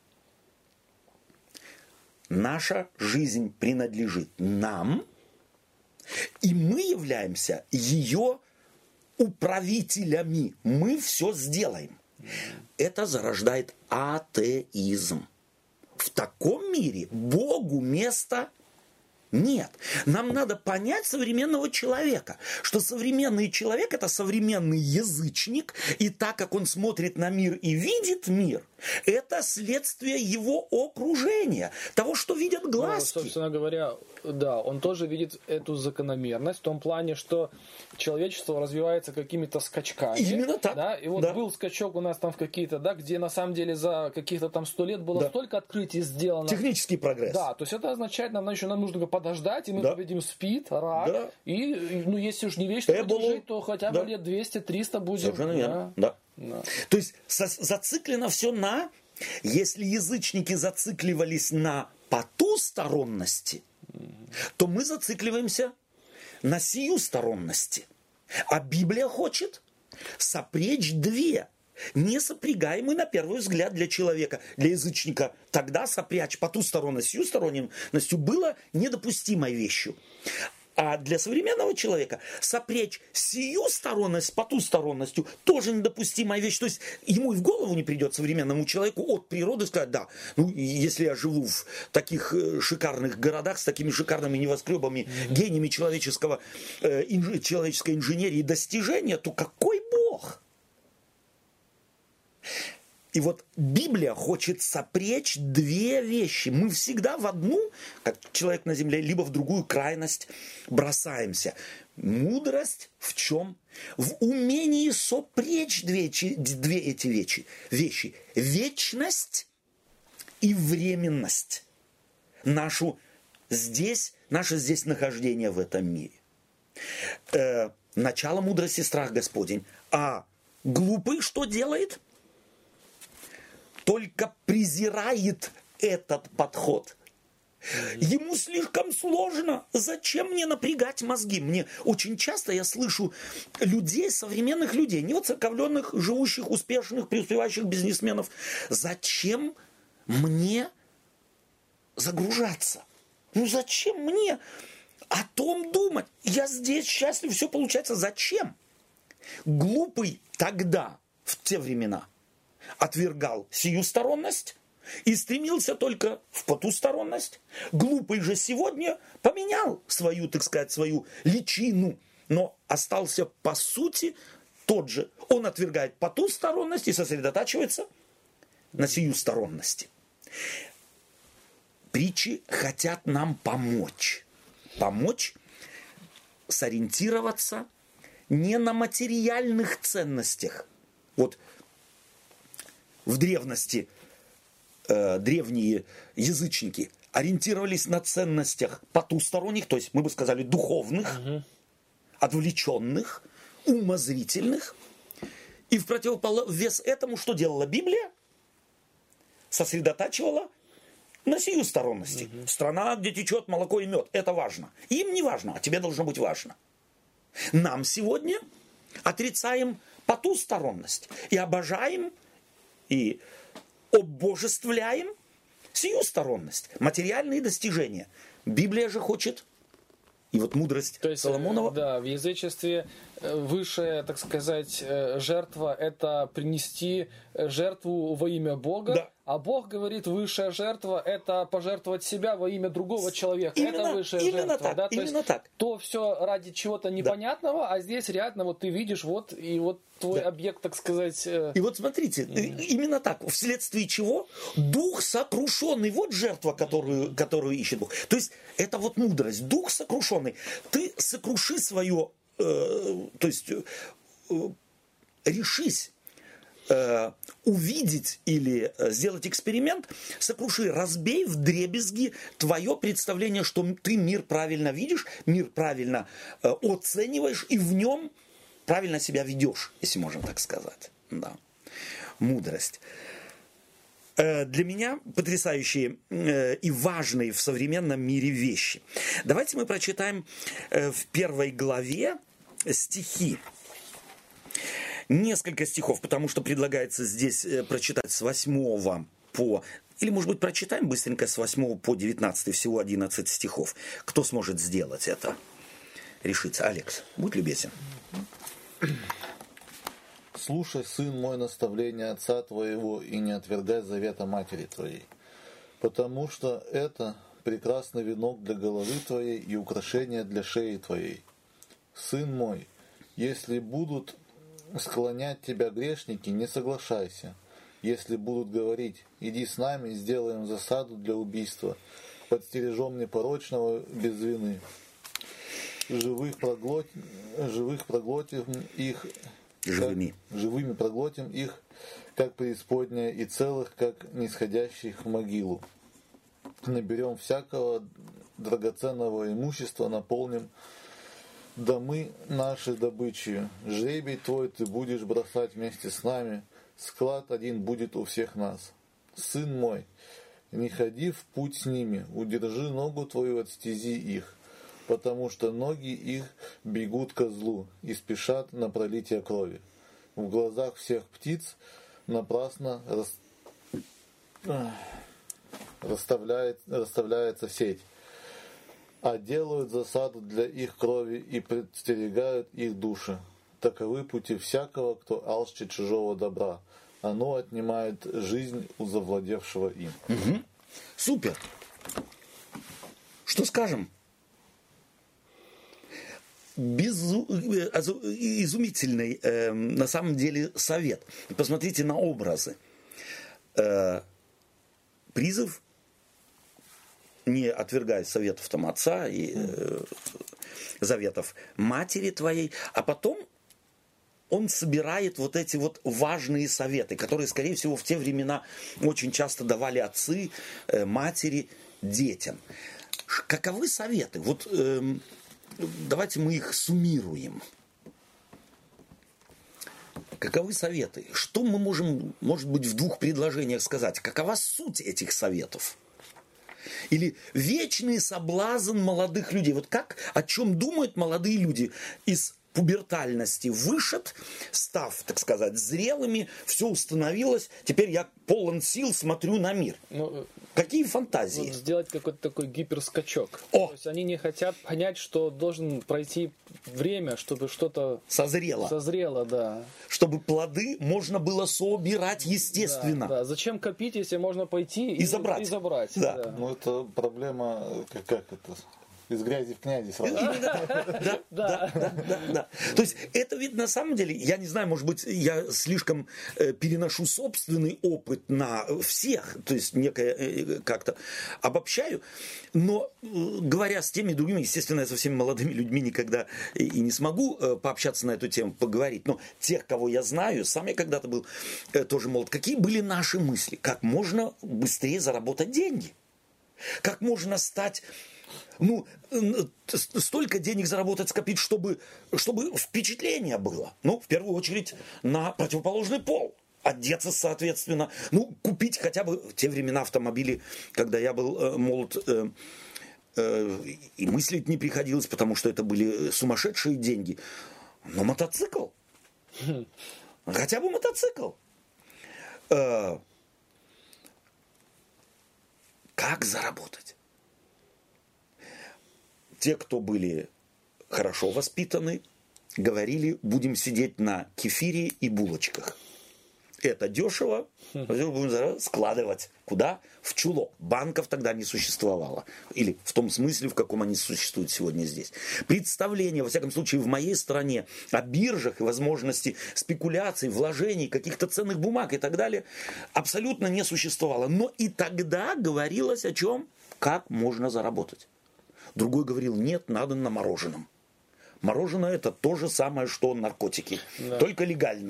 наша жизнь принадлежит нам, и мы являемся ее управителями. Мы все сделаем. Это зарождает атеизм. В таком мире Богу места нет. Нам надо понять современного человека, что современный человек – это современный язычник, и так как он смотрит на мир и видит мир, это следствие его окружения, того, что видят Ну, глазки. собственно говоря, да, он тоже видит эту закономерность в том плане, что человечество развивается какими-то скачками. Именно так, Да, и вот да. был скачок у нас там в какие-то, да, где на самом деле за каких-то там сто лет было Да. столько открытий сделано. Технический прогресс. Да, то есть это означает, нам еще нам нужно подождать, и мы Да. победим СПИД, рак, Да. и, и, ну, если уж не вечно будем Эболу. жить, то хотя бы Да. лет двести-триста будем. Совершенно верно. Да. Да. Да. То есть со- зациклено все на... Если язычники зацикливались на потусторонности, то мы зацикливаемся на сиюсторонности. А Библия хочет сопречь две, не сопрягаемые на первый взгляд для человека, для язычника. Тогда сопрячь потусторонность с сиюсторонностью было недопустимой вещью. А для современного человека сопрячь сиюсторонность с потусторонностью тоже недопустимая вещь. То есть ему и в голову не придет современному человеку от природы сказать, да, ну если я живу в таких э, шикарных городах с такими шикарными небоскребами, mm-hmm. гениями человеческого, э, инж, человеческой инженерии и достижения, то какой Бог? И вот Библия хочет сопречь две вещи. Мы всегда в одну, как человек на земле, либо в другую крайность бросаемся. Мудрость в чем? В умении сопречь две, две эти вещи. вещи. Вечность и временность. Нашу здесь, наше здесь нахождение в этом мире. Э, начало мудрости страх Господень. А глупый что делает? Только презирает этот подход. Ему слишком сложно. Зачем мне напрягать мозги? Мне очень часто я слышу людей, современных людей, не воцерковленных, живущих, успешных, преуспевающих бизнесменов. Зачем мне загружаться? Ну зачем мне о том думать? Я здесь счастлив, все получается. Зачем? Глупый тогда, в те времена, отвергал сиюсторонность и стремился только в потусторонность. Глупый же сегодня поменял свою, так сказать, свою личину, но остался по сути тот же. Он отвергает потусторонность и сосредотачивается на сиюсторонности. Притчи хотят нам помочь. Помочь сориентироваться не на материальных ценностях. Вот в древности э, древние язычники ориентировались на ценностях потусторонних, то есть мы бы сказали духовных, угу. отвлеченных, умозрительных. И в противовес этому что делала Библия? Сосредотачивала на сиюсторонности. Угу. Страна, где течет молоко и мед, это важно. Им не важно, а тебе должно быть важно. Нам сегодня отрицаем потусторонность и обожаем и обожествляем сиюсторонность, материальные достижения. Библия же хочет, и вот мудрость То есть, Соломонова. Да, в язычестве высшая, так сказать, жертва – это принести жертву во имя Бога, Да. а Бог говорит, высшая жертва – это пожертвовать себя во имя другого человека. Именно, это высшая именно жертва. так, да? То именно есть, так. То все ради чего-то непонятного, да. а здесь реально вот ты видишь, вот и вот твой Да. объект, так сказать. И вот смотрите, mm-hmm. именно так, вследствие чего дух сокрушенный, вот жертва, которую, которую ищет Бог. То есть это вот мудрость, дух сокрушенный. Ты сокруши свое, э, то есть э, решись э, увидеть или сделать эксперимент, сокруши, разбей вдребезги твое представление, что ты мир правильно видишь, мир правильно э, оцениваешь и в нем правильно себя ведешь, если можно так сказать. Да. Мудрость. Для меня потрясающие и важные в современном мире вещи. Давайте мы прочитаем в первой главе стихи. Несколько стихов, потому что предлагается здесь прочитать с восьмого по... Или, может быть, прочитаем быстренько с восьмого по девятнадцатый, всего одиннадцать стихов. Кто сможет сделать это? Решиться. Алекс, будь любезен. «Слушай, сын мой, наставление отца твоего, и не отвергай завета матери твоей, потому что это прекрасный венок для головы твоей и украшение для шеи твоей. Сын мой, если будут склонять тебя грешники, не соглашайся. Если будут говорить, иди с нами, сделаем засаду для убийства, подстережем непорочного без вины. Живых проглотим, живых проглотим их, живыми. Как, живыми проглотим их, как преисподняя, и целых, как нисходящих в могилу. Наберем всякого драгоценного имущества, наполним домы наши добычей. Жребий твой ты будешь бросать вместе с нами, склад один будет у всех нас. Сын мой, не ходи в путь с ними, удержи ногу твою от стези их, потому что ноги их бегут ко злу и спешат на пролитие крови. В глазах всех птиц напрасно рас... расставляет... расставляется сеть, а делают засаду для их крови и предстерегают их души. Таковы пути всякого, кто алчит чужого добра. Оно отнимает жизнь у завладевшего им». Угу. Супер! Что скажем? Безу... изумительный э, на самом деле совет. Посмотрите на образы. Э, призыв: не отвергай советов там отца и э, заветов матери твоей, а потом он собирает вот эти вот важные советы, которые, скорее всего, в те времена очень часто давали отцы, э, матери детям. Каковы советы? Вот э, давайте мы их суммируем. Каковы советы? Что мы можем, может быть, в двух предложениях сказать? Какова суть этих советов? Или вечный соблазн молодых людей. Вот как, о чем думают молодые люди из пубертальности вышед, став, так сказать, зрелыми, все установилось, теперь я полон сил, смотрю на мир. Ну, какие фантазии? Вот сделать какой-то такой гиперскачок. О! То есть они не хотят понять, что должен пройти время, чтобы что-то созрело. Созрело, да. Чтобы плоды можно было собирать естественно. Да, да. Зачем копить, если можно пойти и, и забрать? И забрать. Да. Да. Ну, это проблема, как, как это... Из грязи в князи сразу. Да, да, да, да. То есть это ведь на самом деле, я не знаю, может быть, я слишком переношу собственный опыт на всех, то есть некое как-то обобщаю, но говоря с теми другими, естественно, я со всеми молодыми людьми никогда и не смогу пообщаться на эту тему, поговорить, но тех, кого я знаю, сам я когда-то был тоже молод, какие были наши мысли, как можно быстрее заработать деньги, как можно стать... Ну, столько денег заработать, скопить, чтобы, чтобы впечатление было. Ну, в первую очередь, на противоположный пол. Одеться, соответственно. Ну, купить хотя бы в те времена автомобили, когда я был э, молод, э, э, и мыслить не приходилось, потому что это были сумасшедшие деньги. Но мотоцикл. Хотя бы мотоцикл. Э, как заработать? Те, кто были хорошо воспитаны, говорили, будем сидеть на кефире и булочках. Это дешево, будем складывать. Куда? В чулок. Банков тогда не существовало. Или в том смысле, в каком они существуют сегодня здесь. Представление, во всяком случае, в моей стране о биржах и возможности спекуляций, вложений, каких-то ценных бумаг и так далее абсолютно не существовало. Но и тогда говорилось о чем? Как можно заработать. Другой говорил, нет, надо на мороженом. Мороженое это то же самое, что наркотики, да. Только легальные.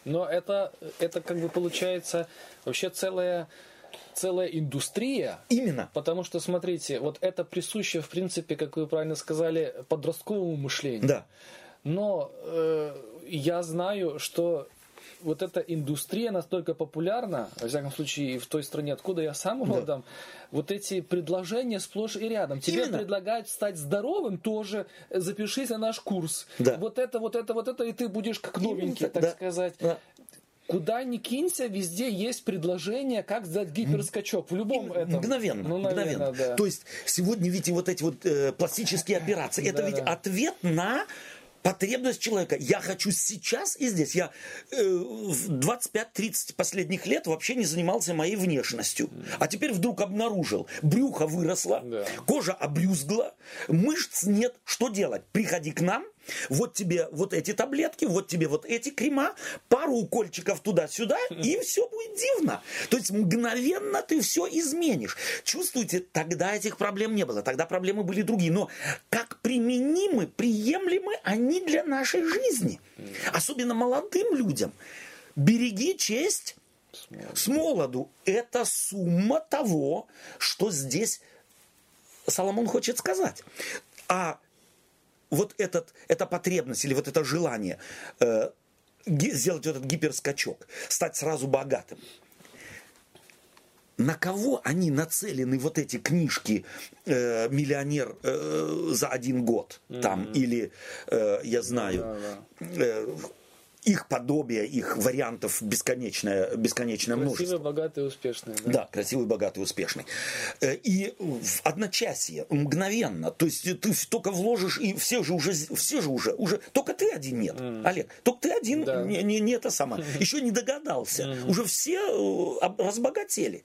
Но это, это как бы получается вообще целая, целая индустрия. Именно. Потому что, смотрите, вот это присуще, в принципе, как вы правильно сказали, подростковому мышлению. Да. Но э, я знаю, что вот эта индустрия настолько популярна, во всяком случае, в той стране, откуда я сам родом, да. Вот эти предложения сплошь и рядом. Тебе Именно. Предлагают стать здоровым, тоже запишись на наш курс. Да. Вот это, вот это, вот это, и ты будешь как новенький, Именно. Так да. сказать. Да. Куда ни кинься, везде есть предложение, как сделать гиперскачок. В любом этом. Мгновенно. Ну, наверное, мгновенно. Да. То есть сегодня, видите, вот эти вот э, пластические операции, это ведь ответ на потребность человека. Я хочу сейчас и здесь. Я э, в двадцать пять тридцать последних лет вообще не занимался моей внешностью. А теперь вдруг обнаружил. Брюхо выросло, да. Кожа обрюзгла, мышц нет. Что делать? Приходи к нам. Вот тебе вот эти таблетки, вот тебе вот эти крема, пару укольчиков туда-сюда, и все будет дивно. То есть мгновенно ты все изменишь. Чувствуете, тогда этих проблем не было, тогда проблемы были другие. Но как применимы, приемлемы они для нашей жизни. Особенно молодым людям. Береги честь с молоду. Это сумма того, что здесь Соломон хочет сказать. А вот этот, эта потребность или вот это желание э, сделать этот гиперскачок, стать сразу богатым. На кого они нацелены, вот эти книжки э, «Миллионер э, за один год» там, mm-hmm. или, э, я знаю, mm-hmm. э, их подобие, их вариантов бесконечное, бесконечное красивый, множество. Красивый, богатый, успешный. Да? Да, красивый, богатый, успешный. И в одночасье, мгновенно. То есть ты только вложишь, и все же уже, все же уже, уже только ты один нет, mm. Олег. Только ты один да. не, не, не это самое. Еще не догадался. Mm. Уже все разбогатели.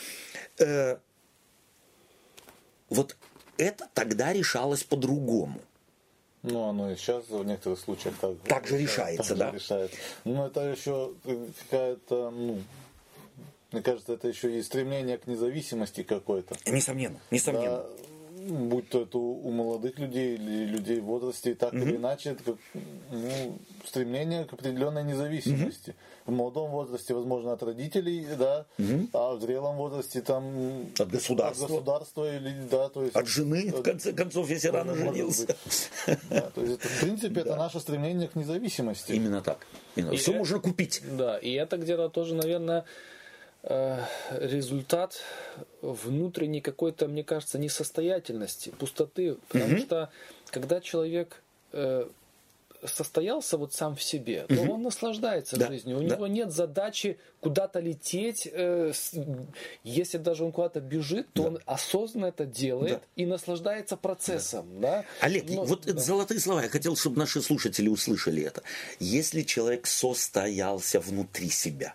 Вот это тогда решалось по-другому. Ну, оно и сейчас в некоторых случаях так, так же решается, так да? Же решается. Ну, это еще какая-то, ну, мне кажется, это еще и стремление к независимости какой-то. Несомненно, несомненно. Да, будь то это у молодых людей или людей в возрасте, так mm-hmm. или иначе, это как, ну, стремление к определенной независимости. Mm-hmm. В молодом возрасте, возможно, от родителей, да, mm-hmm. а в зрелом возрасте там от государства, от государства или да, то есть от жены, от, в конце концов, если рано женился. Да, то есть это, в принципе, это да. наше стремление к независимости. Именно так. Именно. Все это, можно купить. Да, и это где-то тоже, наверное, результат внутренней какой-то, мне кажется, несостоятельности, пустоты, потому mm-hmm. что когда человек состоялся вот сам в себе, то mm-hmm. он наслаждается да. жизнью. У да. него нет задачи куда-то лететь. Э, с, если даже он куда-то бежит, то да. он осознанно это делает да. и наслаждается процессом. Да. Да? Олег, Но, вот да. это золотые слова. Я хотел, чтобы наши слушатели услышали это. Если человек состоялся внутри себя,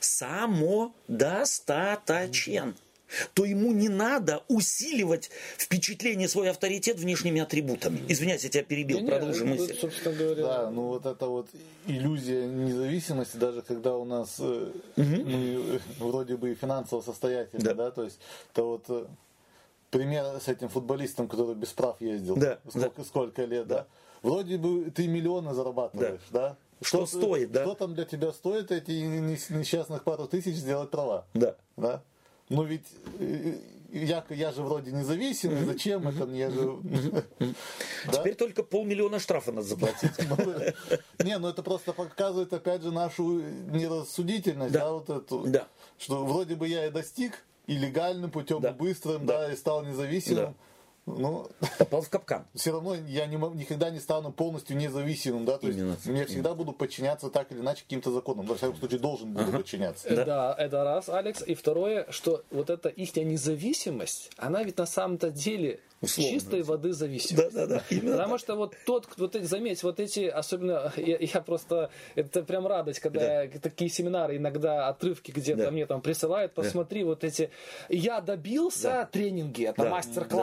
самодостаточен, mm-hmm. то ему не надо усиливать впечатление, свой авторитет внешними атрибутами. Извиняюсь, я тебя перебил, да продолжи нет, мысль. Собственно говоря, да, ну вот эта вот иллюзия независимости, даже когда у нас угу. мы вроде бы финансово состоятельны, да. да, то есть это вот пример с этим футболистом, который без прав ездил, да. сколько, Да. сколько лет, да. да, вроде бы ты миллионы зарабатываешь, да. да? Что, что стоит, да? Что там для тебя стоит эти несчастных пару тысяч сделать права? Да. Да? Ну ведь я, я же вроде независимый, mm-hmm. зачем это? Я же... Mm-hmm. Да? Теперь только полмиллиона штрафа надо заплатить. Не, ну это просто показывает опять же нашу нерассудительность, да, вот эту, что вроде бы я и достиг и легальным путем, и быстрым, да, и стал независимым. Ну, попал в капкан. Все равно я не, никогда не стану полностью независимым, да, то Именно. есть я всегда буду подчиняться так или иначе каким-то законам, во всяком случае должен буду ага. подчиняться. Да. да, это раз, Алекс. И второе, что вот эта их независимость, она ведь на самом-то деле условно. Чистой воды зависимость. Да, да, да. Потому так. Что вот тот, вот эти, заметь, вот эти, особенно, я, я просто, это прям радость, когда да. я, такие семинары, иногда отрывки где-то да. мне там присылают, посмотри да. вот эти, я добился да. тренинги, это да. мастер-классы, да, да.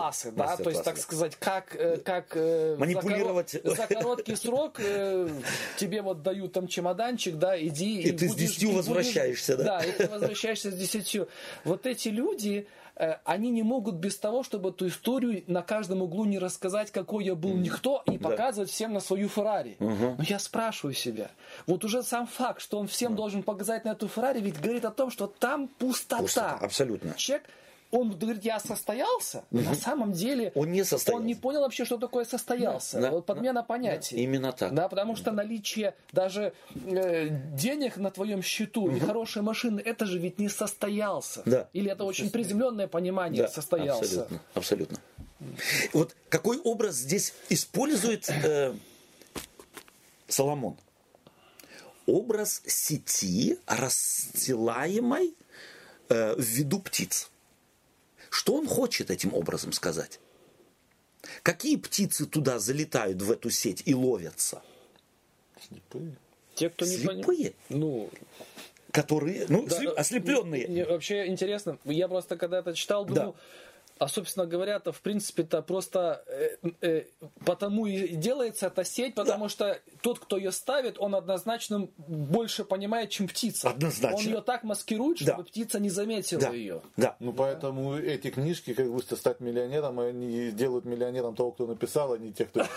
Да, то есть, так сказать, как, как манипулировать. За, корот, за короткий срок тебе вот дают там чемоданчик, да, иди. И, и ты будешь, с десятью возвращаешься, будешь, да? Да, и ты возвращаешься с десятью. Вот эти люди, они не могут без того, чтобы эту историю на каждом углу не рассказать, какой я был никто, и показывать да. всем на свою Феррари. Угу. Но я спрашиваю себя, вот уже сам факт, что он всем должен показать на эту Феррари, ведь говорит о том, что там пустота. Пустота, абсолютно. Человек, он говорит, я состоялся, угу. на самом деле он не состоялся. Он не понял вообще, что такое состоялся. Да, вот подмена да, понятий. Да, именно так. Да, потому что наличие даже э, денег на твоем счету угу. и хорошей машины, это же ведь не состоялся. Да. Или это очень приземленное понимание да, состоялся. Абсолютно. абсолютно. Вот какой образ здесь использует э, Соломон? Образ сети, расстилаемой э, в виду птиц. Что он хочет этим образом сказать? Какие птицы туда залетают в эту сеть и ловятся? Слепые. Те, кто не Слепые? понимает. Ну, которые, ну, да, ослепленные. Мне вообще интересно, я просто когда это читал, думал, да. а, собственно говоря-то, в принципе-то просто э, э, потому и делается эта сеть, потому да. что тот, кто ее ставит, он однозначно больше понимает, чем птица. Однозначно. Он ее так маскирует, чтобы да. птица не заметила да. ее. Да. Ну, поэтому да. эти книжки, как быстро стать миллионером, они делают миллионером того, кто написал, а не тех, кто...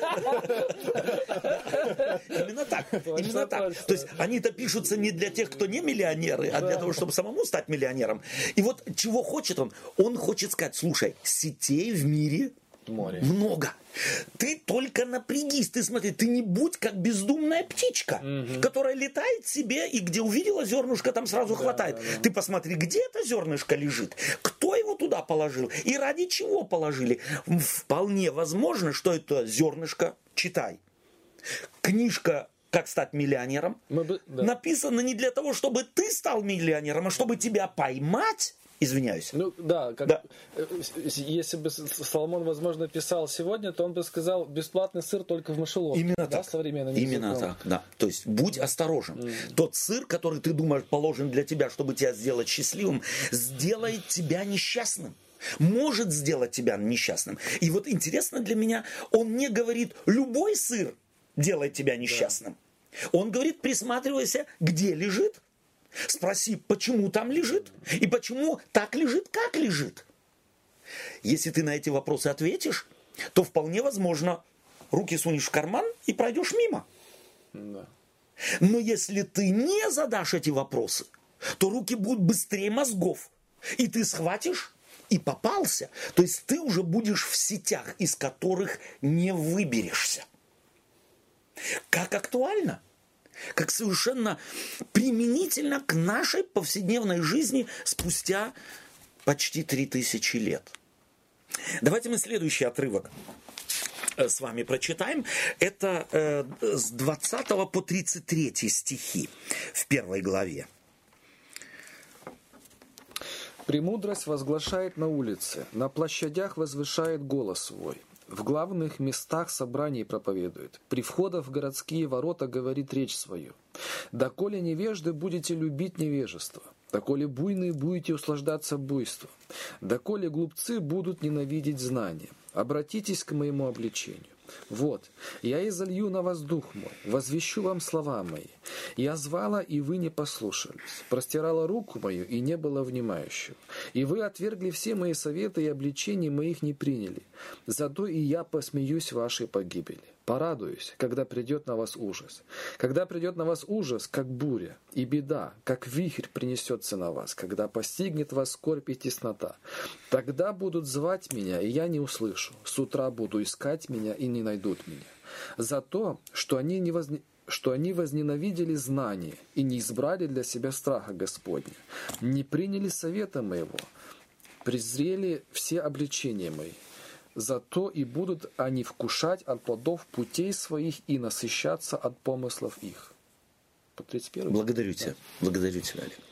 Именно так. Именно так. То есть они-то пишутся не для тех, кто не миллионеры, а для того, чтобы самому стать миллионером. И вот чего хочет он? Он хочет сказать, слушай, сетей в мире Море. много. Ты только напрягись, ты смотри, ты не будь как бездумная птичка, угу. которая летает себе и где увидела зернышко, там сразу да, хватает. Да, да. Ты посмотри, где это зернышко лежит, кто его туда положил и ради чего положили. Вполне возможно, что это зернышко, читай, книжка «Как стать миллионером» Мы бы, да. написана не для того, чтобы ты стал миллионером, а чтобы тебя поймать. Извиняюсь. Ну да, как, да, если бы Соломон, возможно, писал сегодня, то он бы сказал бесплатный сыр только в мышеловке. Именно да, так. Современным Именно языком. так, да. То есть будь осторожен. Mm. Тот сыр, который ты думаешь положен для тебя, чтобы тебя сделать счастливым, сделает тебя несчастным. Может сделать тебя несчастным. И вот интересно для меня, он не говорит, любой сыр делает тебя несчастным. Да. Он говорит, присматривайся, где лежит. Спроси, почему там лежит и почему так лежит, как лежит. Если ты на эти вопросы ответишь, то вполне возможно, руки сунешь в карман и пройдешь мимо. Да. Но если ты не задашь эти вопросы, то руки будут быстрее мозгов. И ты схватишь и попался. То есть ты уже будешь в сетях, из которых не выберешься. Как актуально? Как совершенно применительно к нашей повседневной жизни спустя почти три тысячи лет. Давайте мы следующий отрывок с вами прочитаем. Это э, с двадцатого по тридцать третий стихи в первой главе. «Премудрость возглашает на улице, на площадях возвышает голос свой. В главных местах собраний проповедует, при входах в городские ворота говорит речь свою. Доколе невежды будете любить невежество, доколе буйные будете услаждаться буйством, доколе глупцы будут ненавидеть знания. Обратитесь к моему обличению. Вот, я изолью на вас дух мой, возвещу вам слова мои. Я звала, и вы не послушались, простирала руку мою, и не было внимающего. И вы отвергли все мои советы, и обличения моих не приняли. Зато и я посмеюсь вашей погибели. Порадуюсь, когда придет на вас ужас. Когда придет на вас ужас, как буря, и беда, как вихрь принесется на вас, когда постигнет вас скорбь и теснота. Тогда будут звать меня, и я не услышу. С утра буду искать меня, и не найдут меня. За то, что они не возне... что они возненавидели знание и не избрали для себя страха Господня, не приняли совета моего, презрели все обличения мои. Зато и будут они вкушать от плодов путей своих и насыщаться от помыслов их». По тридцать первый. Благодарю тебя. Благодарю тебя, Олег.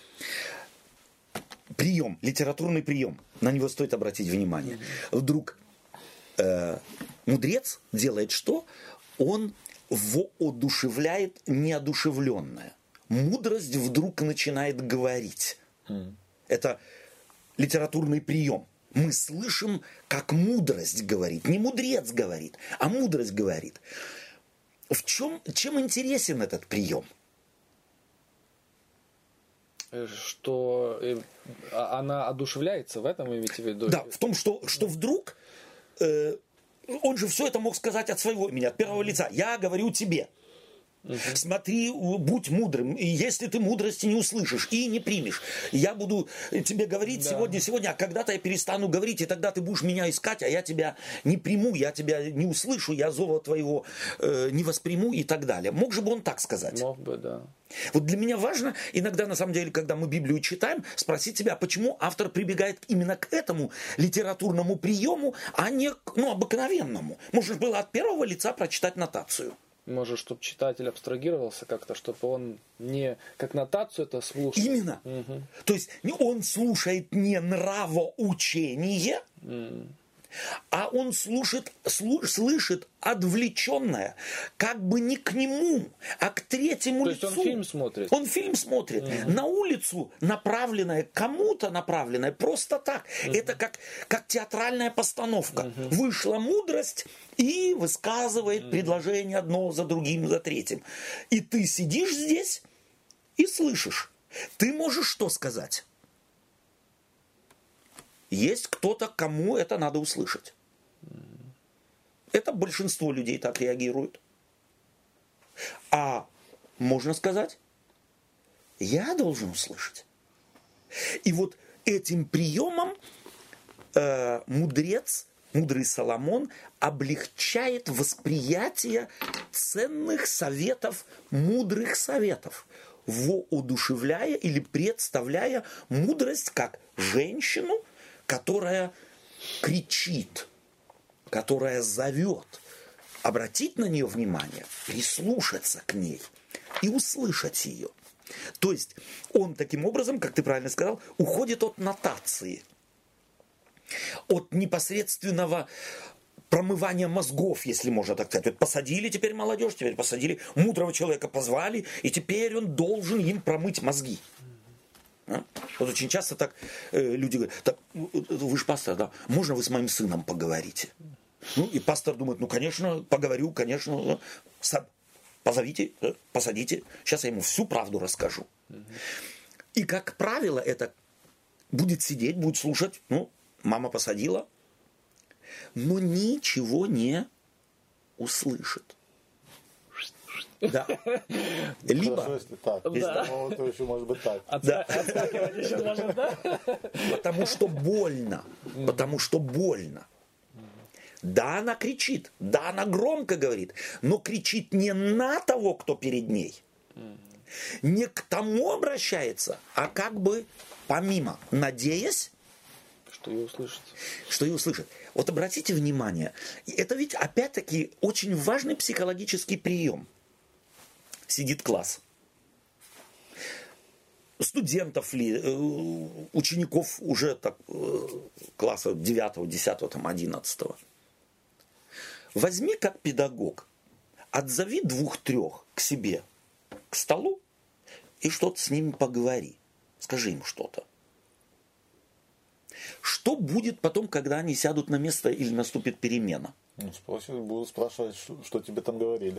Прием, литературный прием. На него стоит обратить внимание. Вдруг э, мудрец делает что? Он воодушевляет неодушевленное. Мудрость вдруг начинает говорить. Это литературный прием. Мы слышим, как мудрость говорит. Не мудрец говорит, а мудрость говорит. В чем, чем интересен этот прием? Что она одушевляется, в этом имеете в виду? Да, в том, что, что вдруг э, он же все это мог сказать от своего имени, от первого лица. Я говорю тебе. Угу. Смотри, будь мудрым, и если ты мудрости не услышишь и не примешь, я буду тебе говорить да. сегодня, сегодня, а когда-то я перестану говорить, и тогда ты будешь меня искать, а я тебя не приму, я тебя не услышу, я зова твоего э, не восприму и так далее. Мог же бы он так сказать? Мог бы, да. Вот для меня важно, иногда, на самом деле, когда мы Библию читаем, спросить себя, почему автор прибегает именно к этому литературному приему, а не к ну, обыкновенному. Можно было от первого лица прочитать нотацию. Может, чтобы читатель абстрагировался как-то, чтобы он не как нотацию это слушал. Именно. Угу. То есть он слушает не нравоучение, mm. а он слушает, слуш, слышит отвлеченное, как бы не к нему, а к третьему То лицу. То есть он фильм смотрит? Он фильм смотрит. Mm-hmm. На улицу направленное, кому-то направленное, просто так. Mm-hmm. Это как, как театральная постановка. Mm-hmm. Вышла мудрость и высказывает mm-hmm. предложение одно за другим, за третьим. И ты сидишь здесь и слышишь. Ты можешь что сказать? Есть кто-то, кому это надо услышать. Это большинство людей так реагируют. А можно сказать, я должен услышать. И вот этим приемом э, мудрец, мудрый Соломон облегчает восприятие ценных советов, мудрых советов, воодушевляя или представляя мудрость как женщину, которая кричит, которая зовет, обратить на нее внимание, прислушаться к ней и услышать ее. То есть он таким образом, как ты правильно сказал, уходит от нотации, от непосредственного промывания мозгов, если можно так сказать. Вот посадили теперь молодежь, теперь посадили, мудрого человека позвали, и теперь он должен им промыть мозги. А? Вот очень часто так э, люди говорят, так, вы же пастор, да, можно вы с моим сыном поговорите? Ну, и пастор думает, ну, конечно, поговорю, конечно, позовите, посадите, сейчас я ему всю правду расскажу. И, как правило, это будет сидеть, будет слушать, ну, мама посадила, но ничего не услышит. Да. Либо... Хорошо, если так. Если да. Там, то еще может быть так. Да. Отскакивать еще можно, да? Потому что больно. Потому что больно. Да, она кричит. Да, она громко говорит. Но кричит не на того, кто перед ней. Не к тому обращается, а как бы помимо. Надеясь, что ее услышит. Что ее услышит. Вот обратите внимание. Это ведь опять-таки очень важный психологический прием. Сидит класс. Студентов ли, учеников уже так, класса девятого, десятого, там, одиннадцатого. Возьми как педагог, отзови двух-трех к себе, к столу, и что-то с ними поговори. Скажи им что-то. Что будет потом, когда они сядут на место или наступит перемена? Ну, спросят, будут спрашивать, что, что тебе там говорили.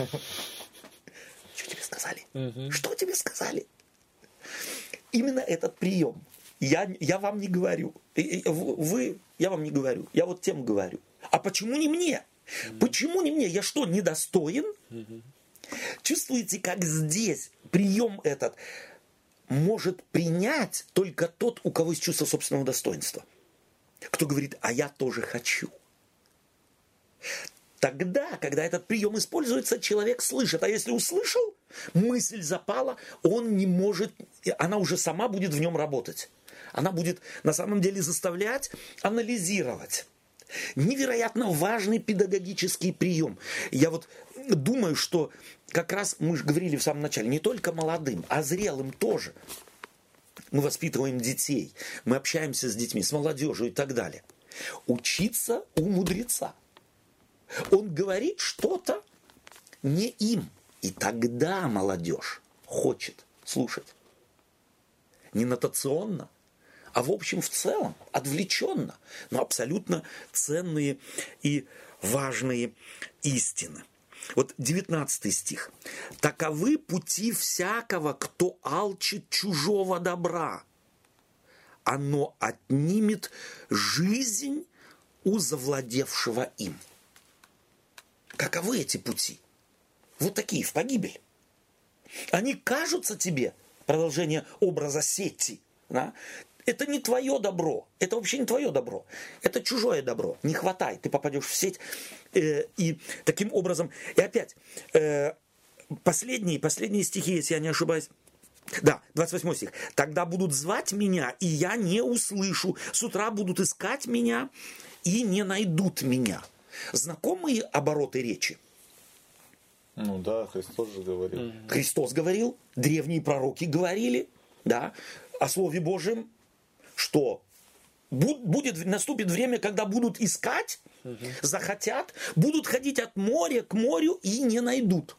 Что тебе сказали? Угу. Что тебе сказали? Именно этот прием. Я, я вам не говорю. Вы, я вам не говорю. Я вот тем говорю. А почему не мне? Угу. Почему не мне? Я что, недостоин? Угу. Чувствуете, как здесь прием этот может принять только тот, у кого есть чувство собственного достоинства. Кто говорит, а я тоже хочу. Тогда, когда этот прием используется, человек слышит. А если услышал, мысль запала, он не может, она уже сама будет в нем работать. Она будет на самом деле заставлять анализировать. Невероятно важный педагогический прием. Я вот думаю, что как раз мы же говорили в самом начале, не только молодым, а зрелым тоже. Мы воспитываем детей, мы общаемся с детьми, с молодежью и так далее. Учиться у мудреца. Он говорит что-то не им. И тогда молодежь хочет слушать. Не нотационно, а в общем, в целом, отвлеченно, но абсолютно ценные и важные истины. Вот девятнадцатый стих. «Таковы пути всякого, кто алчит чужого добра. Оно отнимет жизнь у завладевшего им». Каковы эти пути? Вот такие, в погибель. Они кажутся тебе, продолжение образа сети, да? Это не твое добро, это вообще не твое добро, это чужое добро, не хватай, ты попадешь в сеть, э, и таким образом, и опять, э, последние, последние стихи, если я не ошибаюсь, да, двадцать восьмой стих, «Тогда будут звать меня, и я не услышу, с утра будут искать меня, и не найдут меня». Знакомые обороты речи? Ну да, Христос же говорил. Христос говорил, древние пророки говорили, да, о Слове Божьем, что будет, наступит время, когда будут искать, угу. захотят, будут ходить от моря к морю и не найдут.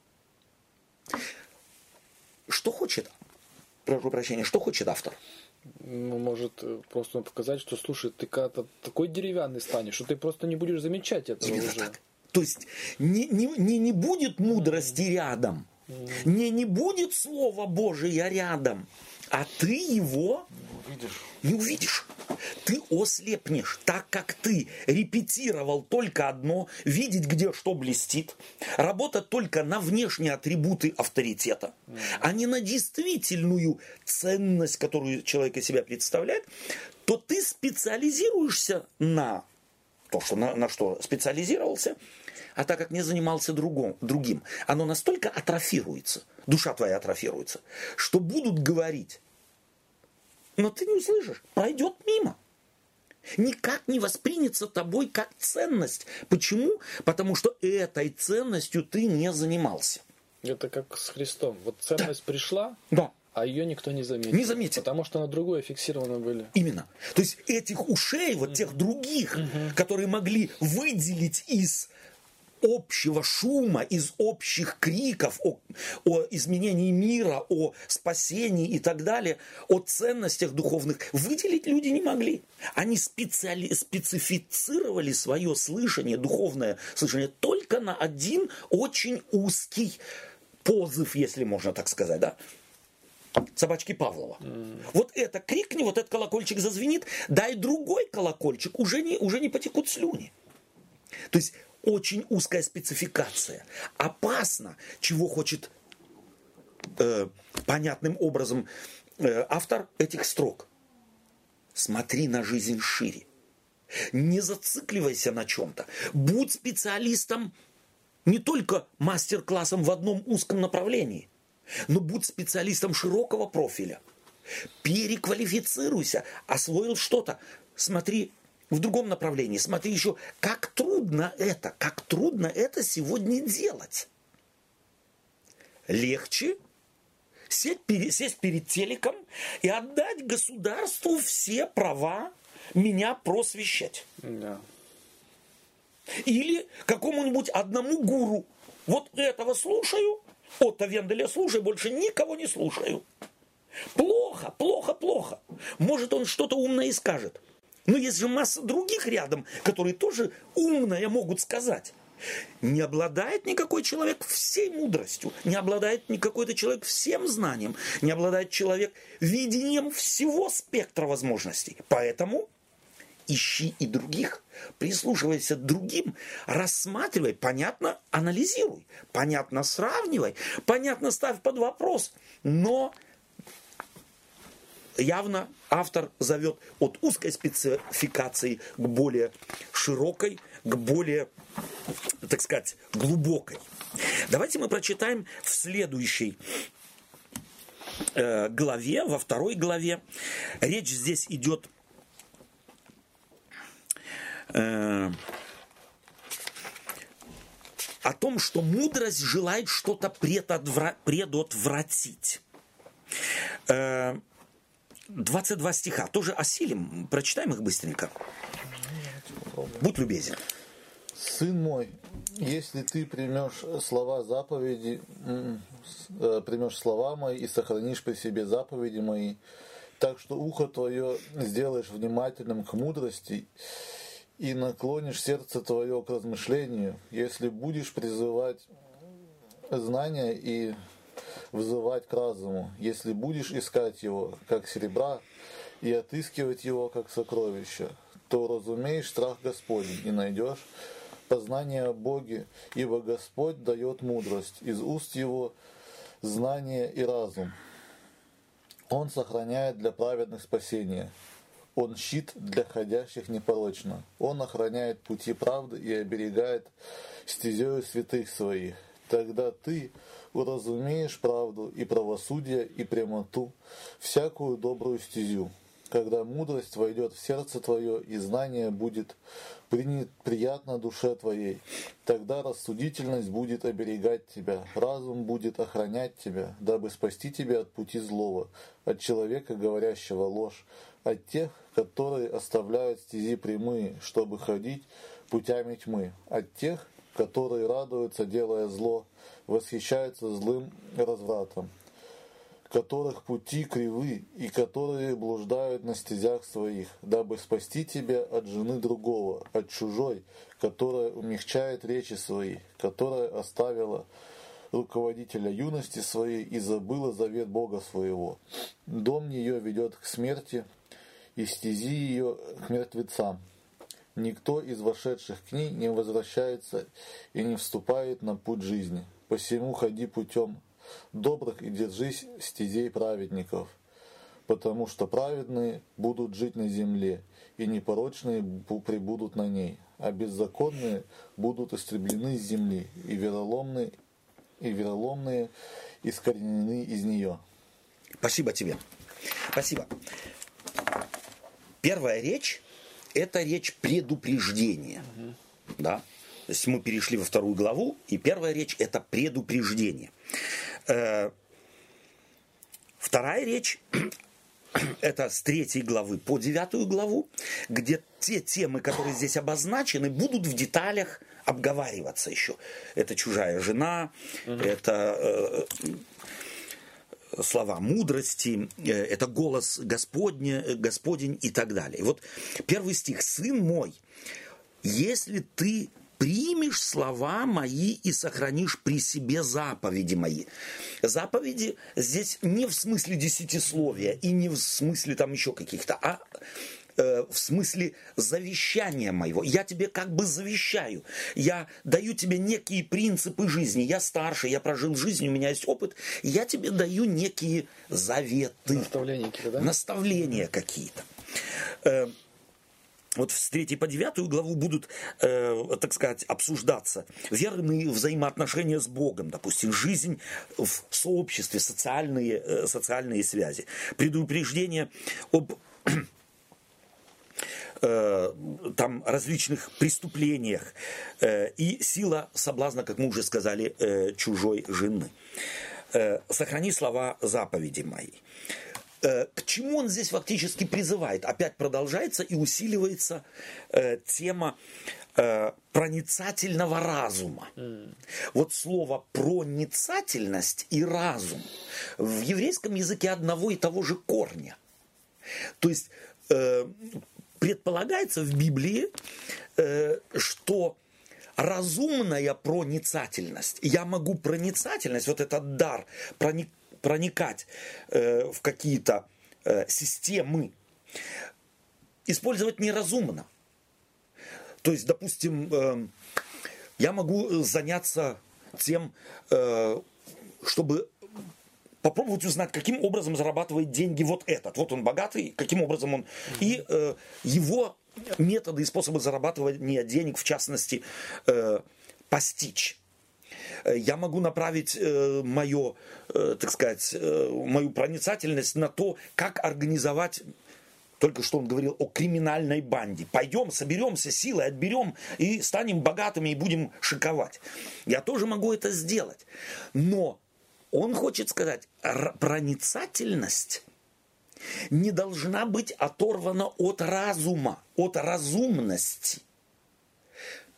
Что хочет, прошу прощения, что хочет автор? Ну, может просто показать, что, слушай, ты когда-то такой деревянный станешь, что ты просто не будешь замечать этого Именно уже. Так. То есть не, не, не, не будет мудрости рядом, mm. не, не будет Слова Божия рядом, а ты его не увидишь. не увидишь. Ты ослепнешь, так как ты репетировал только одно, видеть, где что блестит, работать только на внешние атрибуты авторитета, mm. а не на действительную ценность, которую человек из себя представляет, то ты специализируешься на то, что, на, на что специализировался, а так как не занимался другом, другим, оно настолько атрофируется, душа твоя атрофируется, что будут говорить, но ты не услышишь, пройдет мимо. Никак не воспринято тобой как ценность. Почему? Потому что этой ценностью ты не занимался. Это как с Христом. Вот ценность да. пришла, да. а ее никто не заметил. Не заметил. Потому что на другое фиксированы были. Именно. То есть этих ушей, вот mm-hmm. тех других, mm-hmm. которые могли выделить из общего шума, из общих криков о, о изменении мира, о спасении и так далее, о ценностях духовных, выделить люди не могли. Они специали, специфицировали свое слышание, духовное слышание, только на один очень узкий позыв, если можно так сказать, да? Собачки Павлова. Mm. Вот это крикни, вот этот колокольчик зазвенит, дай другой колокольчик, уже не, уже не потекут слюни. То есть очень узкая спецификация. Опасно, чего хочет э, понятным образом э, автор этих строк. Смотри на жизнь шире. Не зацикливайся на чем-то. Будь специалистом, не только мастер-классом в одном узком направлении, но будь специалистом широкого профиля. Переквалифицируйся, освоил что-то. Смотри в другом направлении. Смотри еще, как трудно это, как трудно это сегодня делать. Легче сесть, сесть перед телеком и отдать государству все права меня просвещать. Да. Или какому-нибудь одному гуру. Вот этого слушаю, Отто Венделя слушаю, больше никого не слушаю. Плохо, плохо, плохо. Может, он что-то умное и скажет. Но есть же масса других рядом, которые тоже умное могут сказать. Не обладает никакой человек всей мудростью, не обладает никакой-то человек всем знанием, не обладает человек видением всего спектра возможностей. Поэтому ищи и других, прислушивайся к другим, рассматривай, понятно, анализируй, понятно, сравнивай, понятно, ставь под вопрос, но явно автор зовет от узкой спецификации к более широкой, к более, так сказать, глубокой. Давайте мы прочитаем в следующей э, главе, во второй главе. Речь здесь идет э, о том, что мудрость желает что-то предотвра- предотвратить. Э, двадцать два стиха, тоже осилим, прочитаем их быстренько. Будь любезен. Сын мой, если ты примешь слова заповеди, примешь слова мои и сохранишь при себе заповеди мои, Так что ухо твое сделаешь внимательным к мудрости и наклонишь сердце твое к размышлению, если будешь призывать знания и взывать к разуму, если будешь искать его, как серебра, и отыскивать его, как сокровища, то разумеешь страх Господень и найдешь познание о Боге, ибо Господь дает мудрость, из уст его знание и разум. Он сохраняет для праведных спасение. Он щит для ходящих непорочно. Он охраняет пути правды и оберегает стезею святых своих. Тогда ты уразумеешь правду и правосудие и прямоту, всякую добрую стезю. Когда мудрость войдет в сердце твое и знание будет принят приятно душе твоей, тогда рассудительность будет оберегать тебя, разум будет охранять тебя, дабы спасти тебя от пути злого, от человека, говорящего ложь, от тех, которые оставляют стези прямые, чтобы ходить путями тьмы, от тех, которые радуются, делая зло, восхищаются злым развратом, которых пути кривы и которые блуждают на стезях своих, дабы спасти тебя от жены другого, от чужой, которая умягчает речи свои, которая оставила руководителя юности своей и забыла завет Бога своего. Дом ее ведет к смерти, и стези ее к мертвецам. Никто из вошедших к ней не возвращается и не вступает на путь жизни. Посему ходи путем добрых и держись стезей праведников, потому что праведные будут жить на земле, и непорочные пребудут на ней, а беззаконные будут истреблены с земли, и вероломные, и вероломные искоренены из нее. Спасибо тебе. Спасибо. Первая речь – это речь предупреждения. Угу. Да? То есть мы перешли во вторую главу, и первая речь – это предупреждение. Вторая речь – это с третьей главы по девятую главу, где те темы, которые здесь обозначены, будут в деталях обговариваться еще. Это чужая жена, угу. это э, слова мудрости, э, это голос Господня, Господень и так далее. И вот первый стих. «Сын мой, если ты примешь слова мои и сохранишь при себе заповеди мои». Заповеди здесь не в смысле десятисловия и не в смысле там еще каких-то, а э, в смысле завещания моего. Я тебе как бы завещаю. Я даю тебе некие принципы жизни. Я старше, я прожил жизнь, у меня есть опыт. Я тебе даю некие заветы. Наставления какие-то, да? Наставления какие-то. Э, Вот с третьей по девятую главу будут, э, так сказать, обсуждаться верные взаимоотношения с Богом, допустим, жизнь в сообществе, социальные, э, социальные связи, предупреждение об э, там, различных преступлениях э, и сила соблазна, как мы уже сказали, э, чужой жены. Э, «Сохрани слова заповеди моей». К чему он здесь фактически призывает? Опять продолжается и усиливается э, тема э, проницательного разума. Mm. Вот слово проницательность и разум в еврейском языке одного и того же корня. То есть э, предполагается в Библии, э, что разумная проницательность, я могу проницательность, вот этот дар проник проникать э, в какие-то э, системы, использовать неразумно. То есть, допустим, э, я могу заняться тем, э, чтобы попробовать узнать, каким образом зарабатывает деньги вот этот. Вот он богатый, каким образом он... И э, его методы и способы зарабатывания денег, в частности, э, постичь. Я могу направить э, мое, э, так сказать, э, мою проницательность на то, как организовать, только что он говорил о криминальной банде. Пойдем, соберемся, силой отберем и станем богатыми и будем шиковать. Я тоже могу это сделать. Но он хочет сказать, проницательность не должна быть оторвана от разума, от разумности.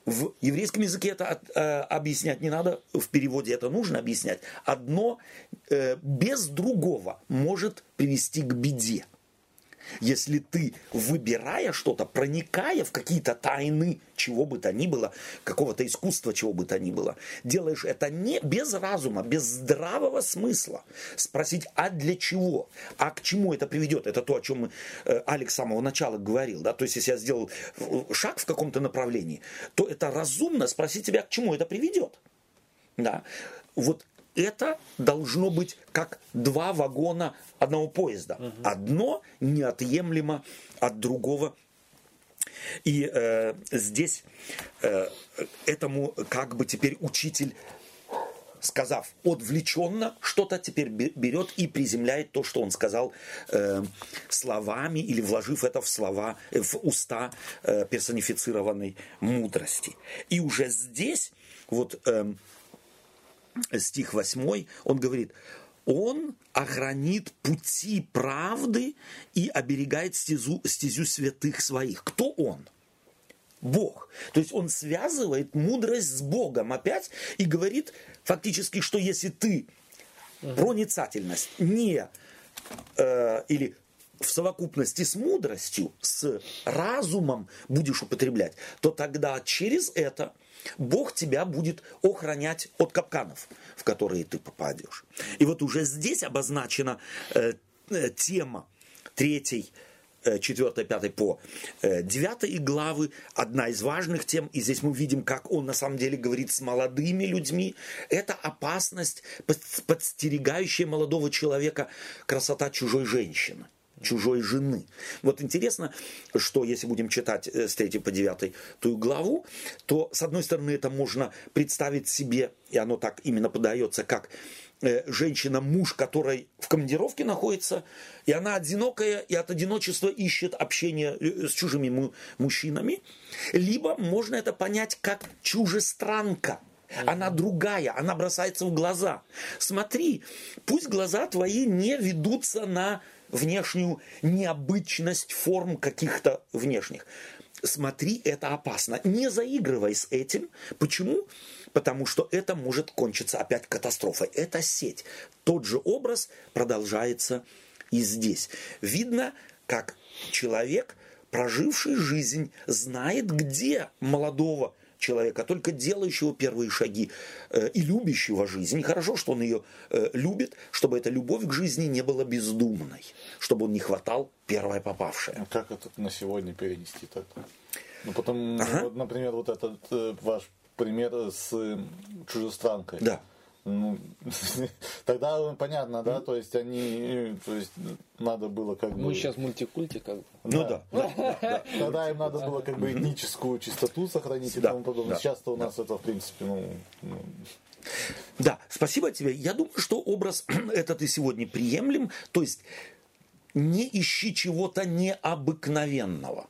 В еврейском языке это э, объяснять не надо, в переводе это нужно объяснять. Одно э, без другого может привести к беде. Если ты, выбирая что-то, проникая в какие-то тайны, чего бы то ни было, какого-то искусства, чего бы то ни было, делаешь это не без разума, без здравого смысла. Спросить, а для чего? А к чему это приведет? Это то, о чем Алекс с самого начала говорил. Да? То есть, если я сделал шаг в каком-то направлении, то это разумно спросить себя, к чему это приведет. Да? Вот это должно быть как два вагона одного поезда. Угу. Одно неотъемлемо от другого. И э, здесь э, этому как бы теперь учитель, сказав отвлеченно что-то, теперь берет и приземляет то, что он сказал э, словами или вложив это в слова, в уста э, персонифицированной мудрости. И уже здесь вот... Э, стих восьмой, он говорит, он охранит пути правды и оберегает стезу, стезю святых своих. Кто он? Бог. То есть он связывает мудрость с Богом опять и говорит фактически, что если ты проницательность не э, или в совокупности с мудростью, с разумом будешь употреблять, то тогда через это Бог тебя будет охранять от капканов, в которые ты попадешь. И вот уже здесь обозначена э, э, тема третьей, э, четвертой, пятой по э, девятой главы, одна из важных тем, и здесь мы видим, как он на самом деле говорит с молодыми людьми. Это опасность, подстерегающая молодого человека, красота чужой женщины, чужой жены. Вот интересно, что если будем читать с третьей по девятой ту главу, то с одной стороны это можно представить себе, и оно так именно подается, как женщина, муж, который в командировке находится, и она одинокая, и от одиночества ищет общение с чужими мужчинами. Либо можно это понять как чужестранка. Она другая, она бросается в глаза. Смотри, пусть глаза твои не ведутся на внешнюю необычность форм каких-то внешних. Смотри, это опасно. Не заигрывай с этим. Почему? Потому что это может кончиться опять катастрофой. Это сеть. Тот же образ продолжается и здесь. Видно, как человек, проживший жизнь, знает, где молодого человека, только делающего первые шаги э, и любящего жизнь. Хорошо, что он ее э, любит, чтобы эта любовь к жизни не была бездумной, чтобы он не хватал первое попавшее. А как это на сегодня перенести так? Ну, потом, ага. вот, например, вот этот э, ваш пример с э, чужестранкой. Да. Ну, тогда понятно, да, то есть они, то есть надо было как бы... Мы сейчас мультикульте как бы. Ну да. да, да, да. Тогда им надо было как бы этническую чистоту сохранить и да, тому подобное. Да, Сейчас-то у нас да. это, в принципе, ну... ну... Да, спасибо тебе. Я думаю, что образ этот и сегодня приемлем. То есть не ищи чего-то необыкновенного,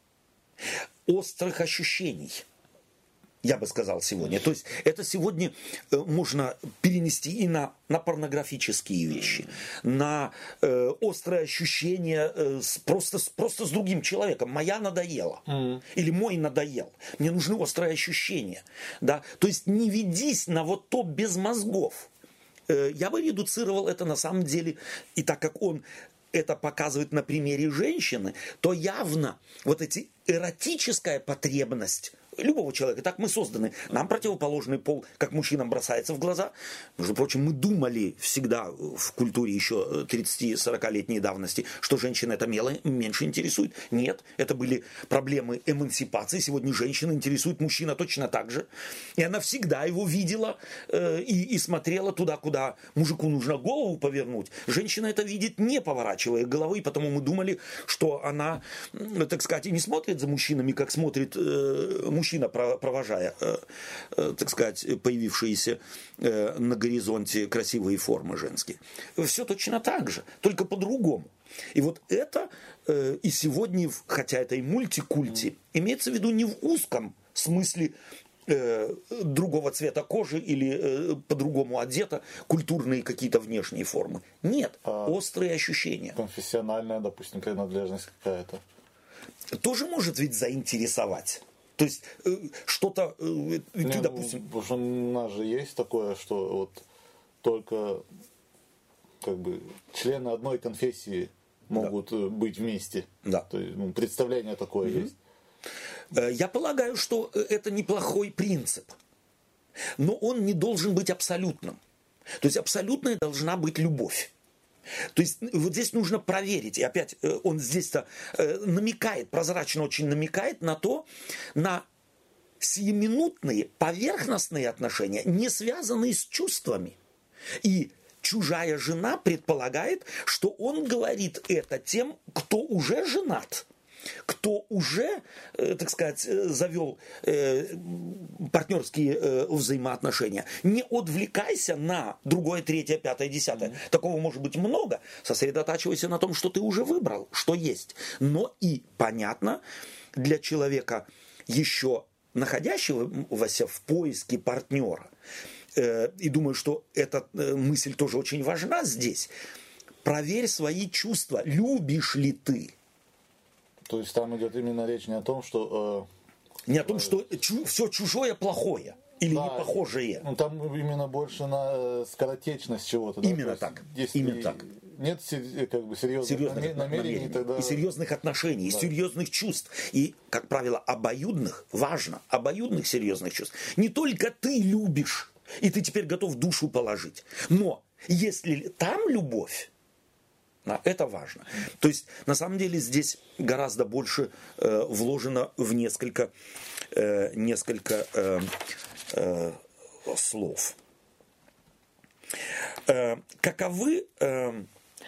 острых ощущений. Я бы сказал сегодня. То есть это сегодня можно перенести и на, на порнографические вещи, на э, острые ощущения э, с, просто, с, просто с другим человеком. Моя надоела. Mm. Или мой надоел. Мне нужны острые ощущения. Да? То есть не ведись на вот то без мозгов. Э, я бы редуцировал это на самом деле. И так как он это показывает на примере женщины, то явно вот эти эротическая потребность любого человека, так мы созданы. Нам противоположный пол, как мужчинам, бросается в глаза. Между прочим, мы думали всегда в культуре еще тридцати-сорокалетней давности, что женщины это меньше интересует. Нет, это были проблемы эмансипации. Сегодня женщина интересует мужчина точно так же. И она всегда его видела э, и, и смотрела туда, куда мужику нужно голову повернуть. Женщина это видит, не поворачивая головы, и потому мы думали, что она, так сказать, и не смотрит за мужчинами, как смотрит э, мужчина, провожая, э, э, так сказать, появившиеся э, на горизонте красивые формы женские. Все точно так же, только по-другому. И вот это э, и сегодня, хотя это и мультикульти, имеется в виду не в узком смысле э, другого цвета кожи или э, по-другому одета, культурные какие-то внешние формы. Нет, а острые ощущения. Конфессиональная, допустим, принадлежность какая-то. Тоже может ведь заинтересовать. То есть э, что-то, э, Не, ты, ну, допустим... Потому что у нас же есть такое, что вот только как бы члены одной конфессии могут да. быть вместе. Да. То есть ну, представление такое mm-hmm. есть. Я полагаю, что это неплохой принцип. Но он не должен быть абсолютным. То есть абсолютной должна быть любовь. То есть вот здесь нужно проверить. И опять он здесь-то намекает, прозрачно очень намекает на то, на сиюминутные, поверхностные отношения, не связанные с чувствами. И чужая жена предполагает, что он говорит это тем, кто уже женат. Кто уже, э, так сказать, завел э, партнерские э, взаимоотношения. Не отвлекайся на другое, третье, пятое, десятое. Mm-hmm. Такого может быть много. Сосредотачивайся на том, что ты уже выбрал, что есть. Но и понятно, для человека, еще находящегося в поиске партнера, э, и думаю, что эта э, мысль тоже очень важна здесь. Проверь свои чувства. Любишь ли ты? То есть там идет именно речь не о том, что... Э, не о том, что чу- все чужое плохое или да, не похожее. Ну, там именно больше на скоротечность чего-то. Именно да? так. Есть, именно так. Нет как бы, серьезных, серьезных намерений, намерений тогда... и серьезных отношений, да. и серьезных чувств. И, как правило, обоюдных, важно, обоюдных серьезных чувств. Не только ты любишь, и ты теперь готов душу положить. Но если там любовь, это важно. То есть, на самом деле, здесь гораздо больше э, вложено в несколько, э, несколько э, э, слов. Э, каковы, э,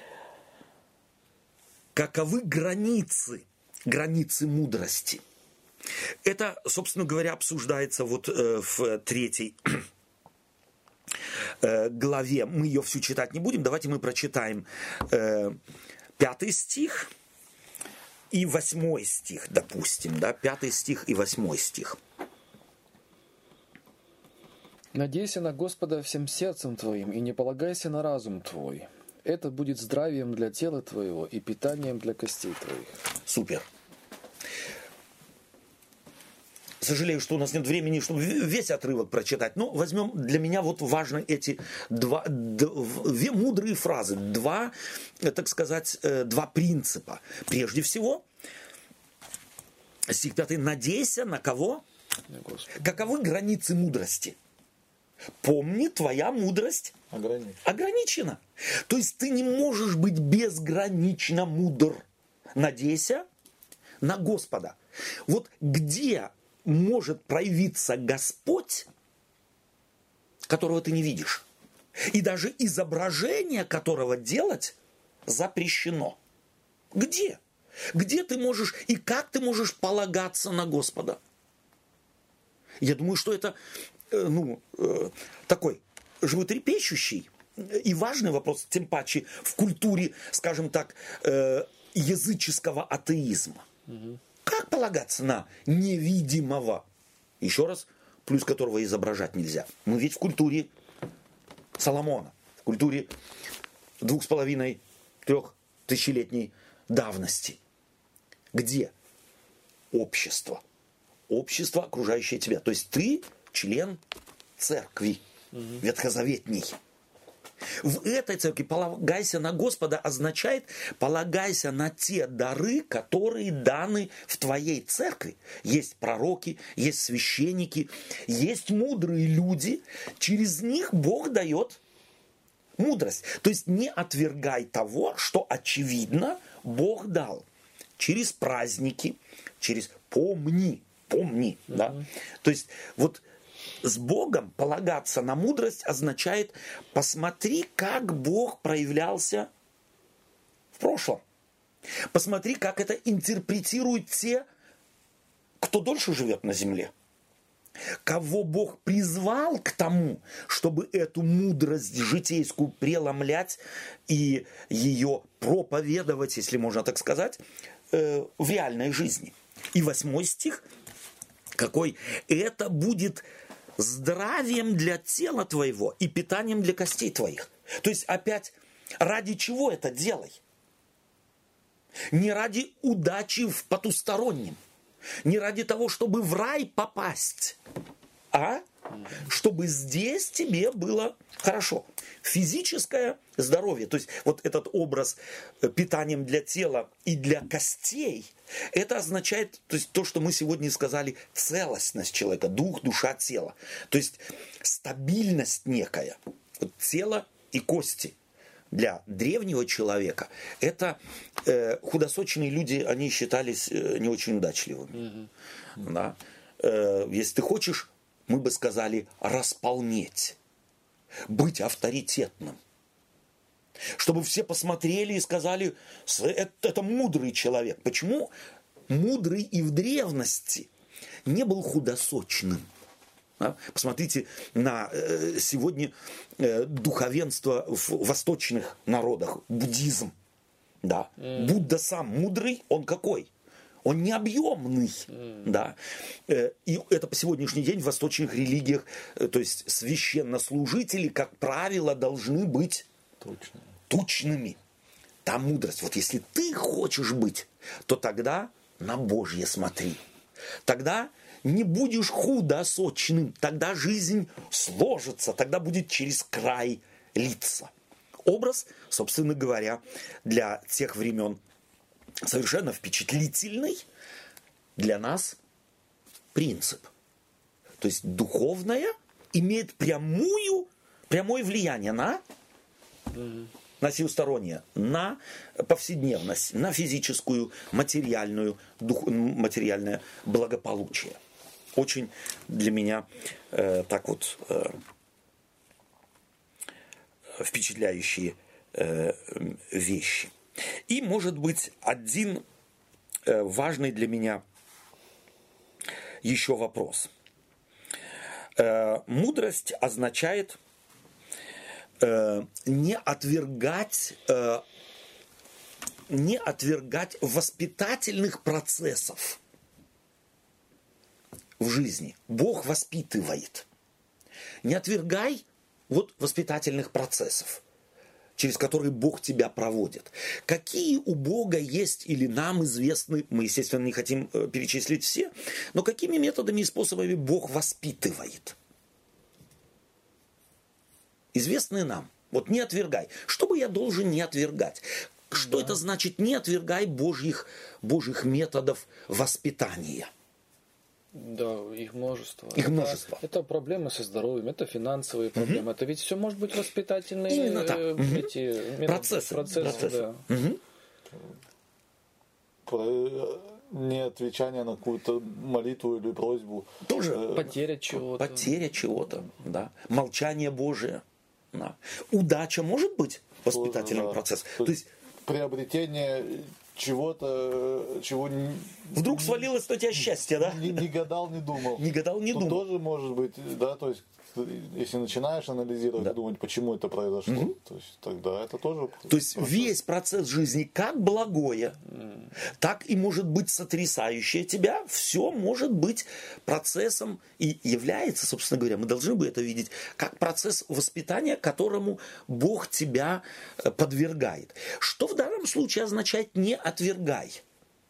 каковы границы, границы мудрости? Это, собственно говоря, обсуждается вот э, в третьей главе. Мы ее всю читать не будем. Давайте мы прочитаем э, пятый стих и восьмой стих, допустим. Да? Пятый стих и восьмой стих. «Надейся на Господа всем сердцем твоим и не полагайся на разум твой. Это будет здравием для тела твоего и питанием для костей твоих». Супер. Сожалею, что у нас нет времени, чтобы весь отрывок прочитать. Но возьмем, для меня вот важны эти два, две мудрые фразы, два, так сказать, два принципа. Прежде всего, стих пятый. Надейся на кого? Господи. Каковы границы мудрости? Помни, твоя мудрость ограничена. ограничена. То есть ты не можешь быть безгранично мудр. Надейся на Господа. Вот где может проявиться Господь, которого ты не видишь, и даже изображение которого делать запрещено. Где? Где ты можешь и как ты можешь полагаться на Господа? Я думаю, что это э, ну, э, такой животрепещущий и важный вопрос, тем паче в культуре, скажем так, э, языческого атеизма. Угу. Как полагаться на невидимого? Еще раз, плюс которого изображать нельзя. Мы ведь в культуре Соломона, в культуре двух с половиной, трех тысячелетней давности. Где общество? Общество, окружающее тебя. То есть ты член церкви, угу. ветхозаветней. В этой церкви полагайся на Господа означает полагайся на те дары, которые даны в твоей церкви. Есть пророки, есть священники, есть мудрые люди. Через них Бог дает мудрость. То есть не отвергай того, что очевидно Бог дал. Через праздники, через помни, помни. Mm-hmm. Да? То есть вот с Богом полагаться на мудрость означает посмотри, как Бог проявлялся в прошлом. Посмотри, как это интерпретируют те, кто дольше живет на земле. Кого Бог призвал к тому, чтобы эту мудрость житейскую преломлять и ее проповедовать, если можно так сказать, в реальной жизни. И восьмой стих, какой? Это будет здравием для тела твоего и питанием для костей твоих. То есть опять, ради чего это делай? Не ради удачи в потустороннем. Не ради того, чтобы в рай попасть, а чтобы здесь тебе было хорошо. Физическое здоровье, то есть вот этот образ питанием для тела и для костей, это означает, то есть то, что мы сегодня сказали, целостность человека, дух, душа, тело. То есть стабильность некая, вот тело и кости. Для древнего человека это э, худосочные люди, они считались э, не очень удачливыми. Mm-hmm. Да? Э, если ты хочешь, мы бы сказали, располнеть, быть авторитетным. Чтобы все посмотрели и сказали, это, это мудрый человек. Почему мудрый и в древности не был худосочным? Да? Посмотрите на э, сегодня э, духовенство в восточных народах, буддизм. Да? Mm. Будда сам мудрый, он какой? Он не объемный. Mm. Да? Э, и это по сегодняшний день в восточных религиях, э, то есть священнослужители, как правило, должны быть Точно. тучными. Там мудрость. Вот если ты хочешь быть, то тогда на Божье смотри. Тогда не будешь худосочным, тогда жизнь сложится, тогда будет через край литься. Образ, собственно говоря, для тех времен совершенно впечатлительный, для нас принцип. То есть духовное имеет прямую, прямое влияние на, на силустороннее, на повседневность, на физическую, материальную, дух, материальное благополучие. Очень для меня э, так вот э, впечатляющие э, вещи. И, может быть, один э, важный для меня еще вопрос. Э, мудрость означает э, не отвергать, э, не отвергать воспитательных процессов в жизни. Бог воспитывает. Не отвергай вот воспитательных процессов, через которые Бог тебя проводит. Какие у Бога есть или нам известны, мы, естественно, не хотим перечислить все, но какими методами и способами Бог воспитывает? Известны нам. Вот не отвергай. Что бы я должен не отвергать? Что да. это значит не отвергай Божьих, Божьих методов воспитания? Да, их множество. Их множество. Это, это проблемы со здоровьем, это финансовые проблемы. Угу. Это ведь все может быть воспитательные Именно так. э, Угу. эти методы, процессы. процессы, процессы. Да. Угу. Про неотвечание на какую-то молитву или просьбу. Тоже. Потеря чего-то. Потеря чего-то, да. Молчание Божие. Да. Удача может быть воспитательным да. процессом. То, То есть приобретение чего-то, чего не, вдруг свалилось на тебя счастье, да? Не, не гадал, не думал. Не гадал, не Тут думал. тоже может быть, да, то есть если начинаешь анализировать, да. думать, почему это произошло, угу. то есть тогда это тоже. То есть процесс. Весь процесс жизни, как благое, mm. так и может быть сотрясающее тебя, все может быть процессом и является, собственно говоря, мы должны бы это видеть, как процесс воспитания, которому Бог тебя подвергает. Что в данном случае означает «не отвергай»?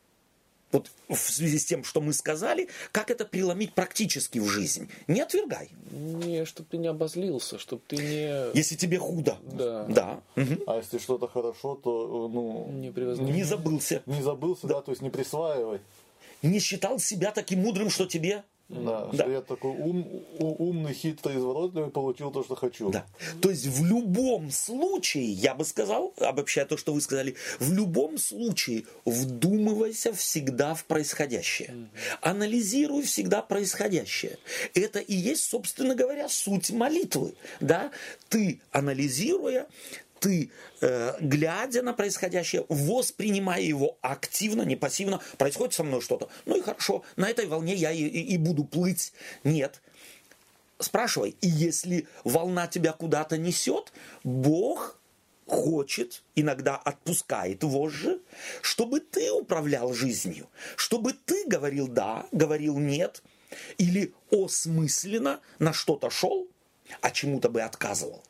Вот в связи с тем, что мы сказали, как это преломить практически в жизнь? Не отвергай. Не, чтобы ты не обозлился, чтобы ты не... Если тебе худо. Да. да. Угу. А если что-то хорошо, то ну... Не, не, не забылся. Не забылся, да. да, то есть не присваивай. Не считал себя таким мудрым, что тебе... Да, да. что я такой ум, умный, хитрый, изворотливый, получил то, что хочу. Да. То есть в любом случае, я бы сказал, обобщая то, что вы сказали, в любом случае вдумывайся всегда в происходящее. Mm-hmm. Анализируй всегда происходящее. Это и есть, собственно говоря, суть молитвы. Да? Ты, анализируя, ты, э, глядя на происходящее, воспринимая его активно, не пассивно, происходит со мной что-то. Ну и хорошо, на этой волне я и, и, и буду плыть. Нет. Спрашивай. И если волна тебя куда-то несет, Бог хочет, иногда отпускает вожжи, чтобы ты управлял жизнью, чтобы ты говорил «да», говорил «нет», или осмысленно на что-то шел, а чему-то бы отказывал.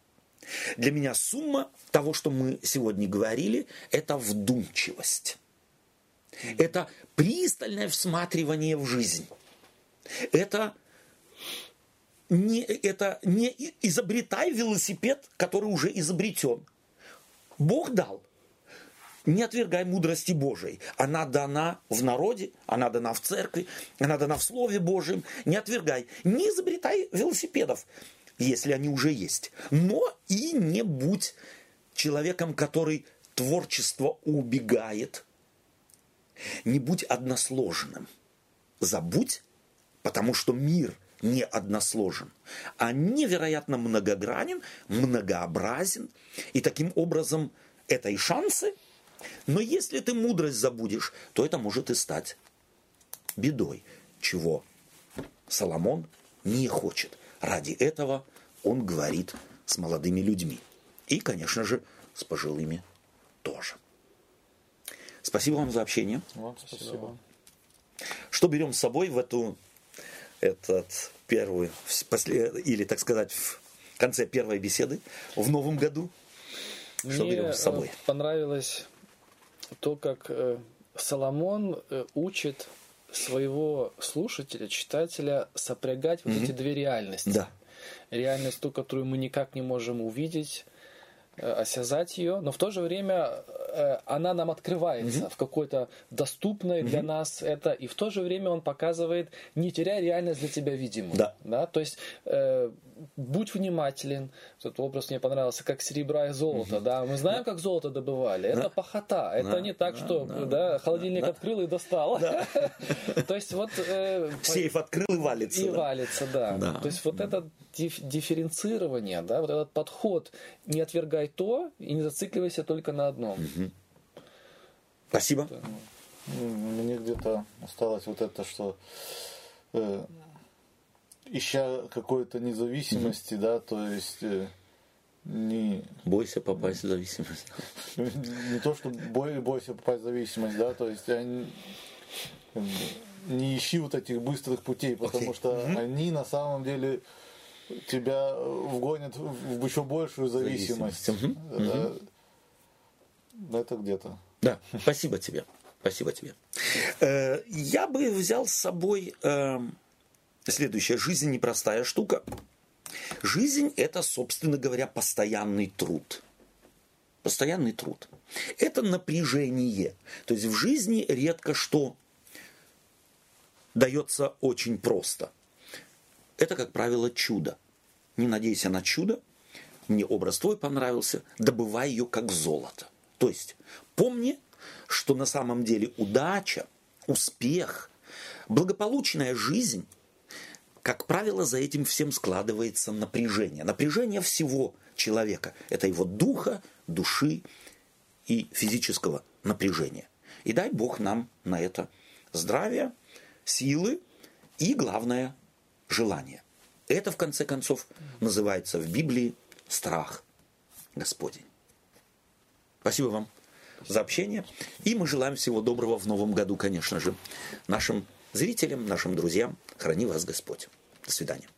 Для меня сумма того, что мы сегодня говорили, это вдумчивость. Это пристальное всматривание в жизнь. Это не, это не изобретай велосипед, который уже изобретен. Бог дал. Не отвергай мудрости Божией. Она дана в народе, она дана в церкви, она дана в Слове Божьем. Не отвергай. Не изобретай велосипедов, если они уже есть. Но и не будь человеком, который творчество убегает. Не будь односложным. Забудь, потому что мир не односложен, а невероятно многогранен, многообразен. И таким образом это и шансы. Но если ты мудрость забудешь, то это может и стать бедой, чего Соломон не хочет. Ради этого он говорит с молодыми людьми. И, конечно же, с пожилыми тоже. Спасибо вам за общение. Вам спасибо. Что берем с собой в эту, этот первую, после, или, так сказать, в конце первой беседы в новом году? Что Мне берем с собой? Понравилось то, как Соломон учит своего слушателя, читателя сопрягать вот mm-hmm. эти две реальности. Да. Реальность, ту, которую мы никак не можем увидеть, осязать ее, но в то же время она нам открывается mm-hmm. в какой-то доступной mm-hmm. для нас это, и в то же время он показывает, не теряя реальность для тебя видимую. Да. Да? То есть э, будь внимателен. Этот образ мне понравился, как серебра и золото. Mm-hmm. Да? Мы знаем, как золото добывали. Это да. пахота. Это да. не так, да. что да. Да, холодильник да. открыл и достал. Да. То есть вот... Сейф открыл и валится. И валится, да. То есть вот это дифференцирование, да, вот этот подход, не отвергай то и не зацикливайся только на одном. Угу. Спасибо. Мне где-то осталось вот это, что э, ища какой-то независимости, угу. да, то есть э, не... Бойся попасть в зависимость. Не то, что бой, бойся попасть в зависимость, да, то есть они... не ищи вот этих быстрых путей, потому okay. что mm-hmm. они на самом деле тебя вгонят в еще большую зависимость. зависимость. Mm-hmm. Да, это где-то. Да, спасибо тебе. Спасибо тебе. Я бы взял с собой следующее. Жизнь непростая штука. Жизнь – это, собственно говоря, постоянный труд. Постоянный труд. Это напряжение. То есть в жизни редко что дается очень просто. Это, как правило, чудо. Не надейся на чудо. Мне образ твой понравился. Добывай ее как золото. То есть помни, что на самом деле удача, успех, благополучная жизнь, как правило, за этим всем складывается напряжение. Напряжение всего человека. Это его духа, души и физического напряжения. И дай Бог нам на это здравия, силы и, главное, желание. Это, в конце концов, называется в Библии страх Господень. Спасибо вам за общение. И мы желаем всего доброго в новом году, конечно же, нашим зрителям, нашим друзьям. Храни вас Господь. До свидания.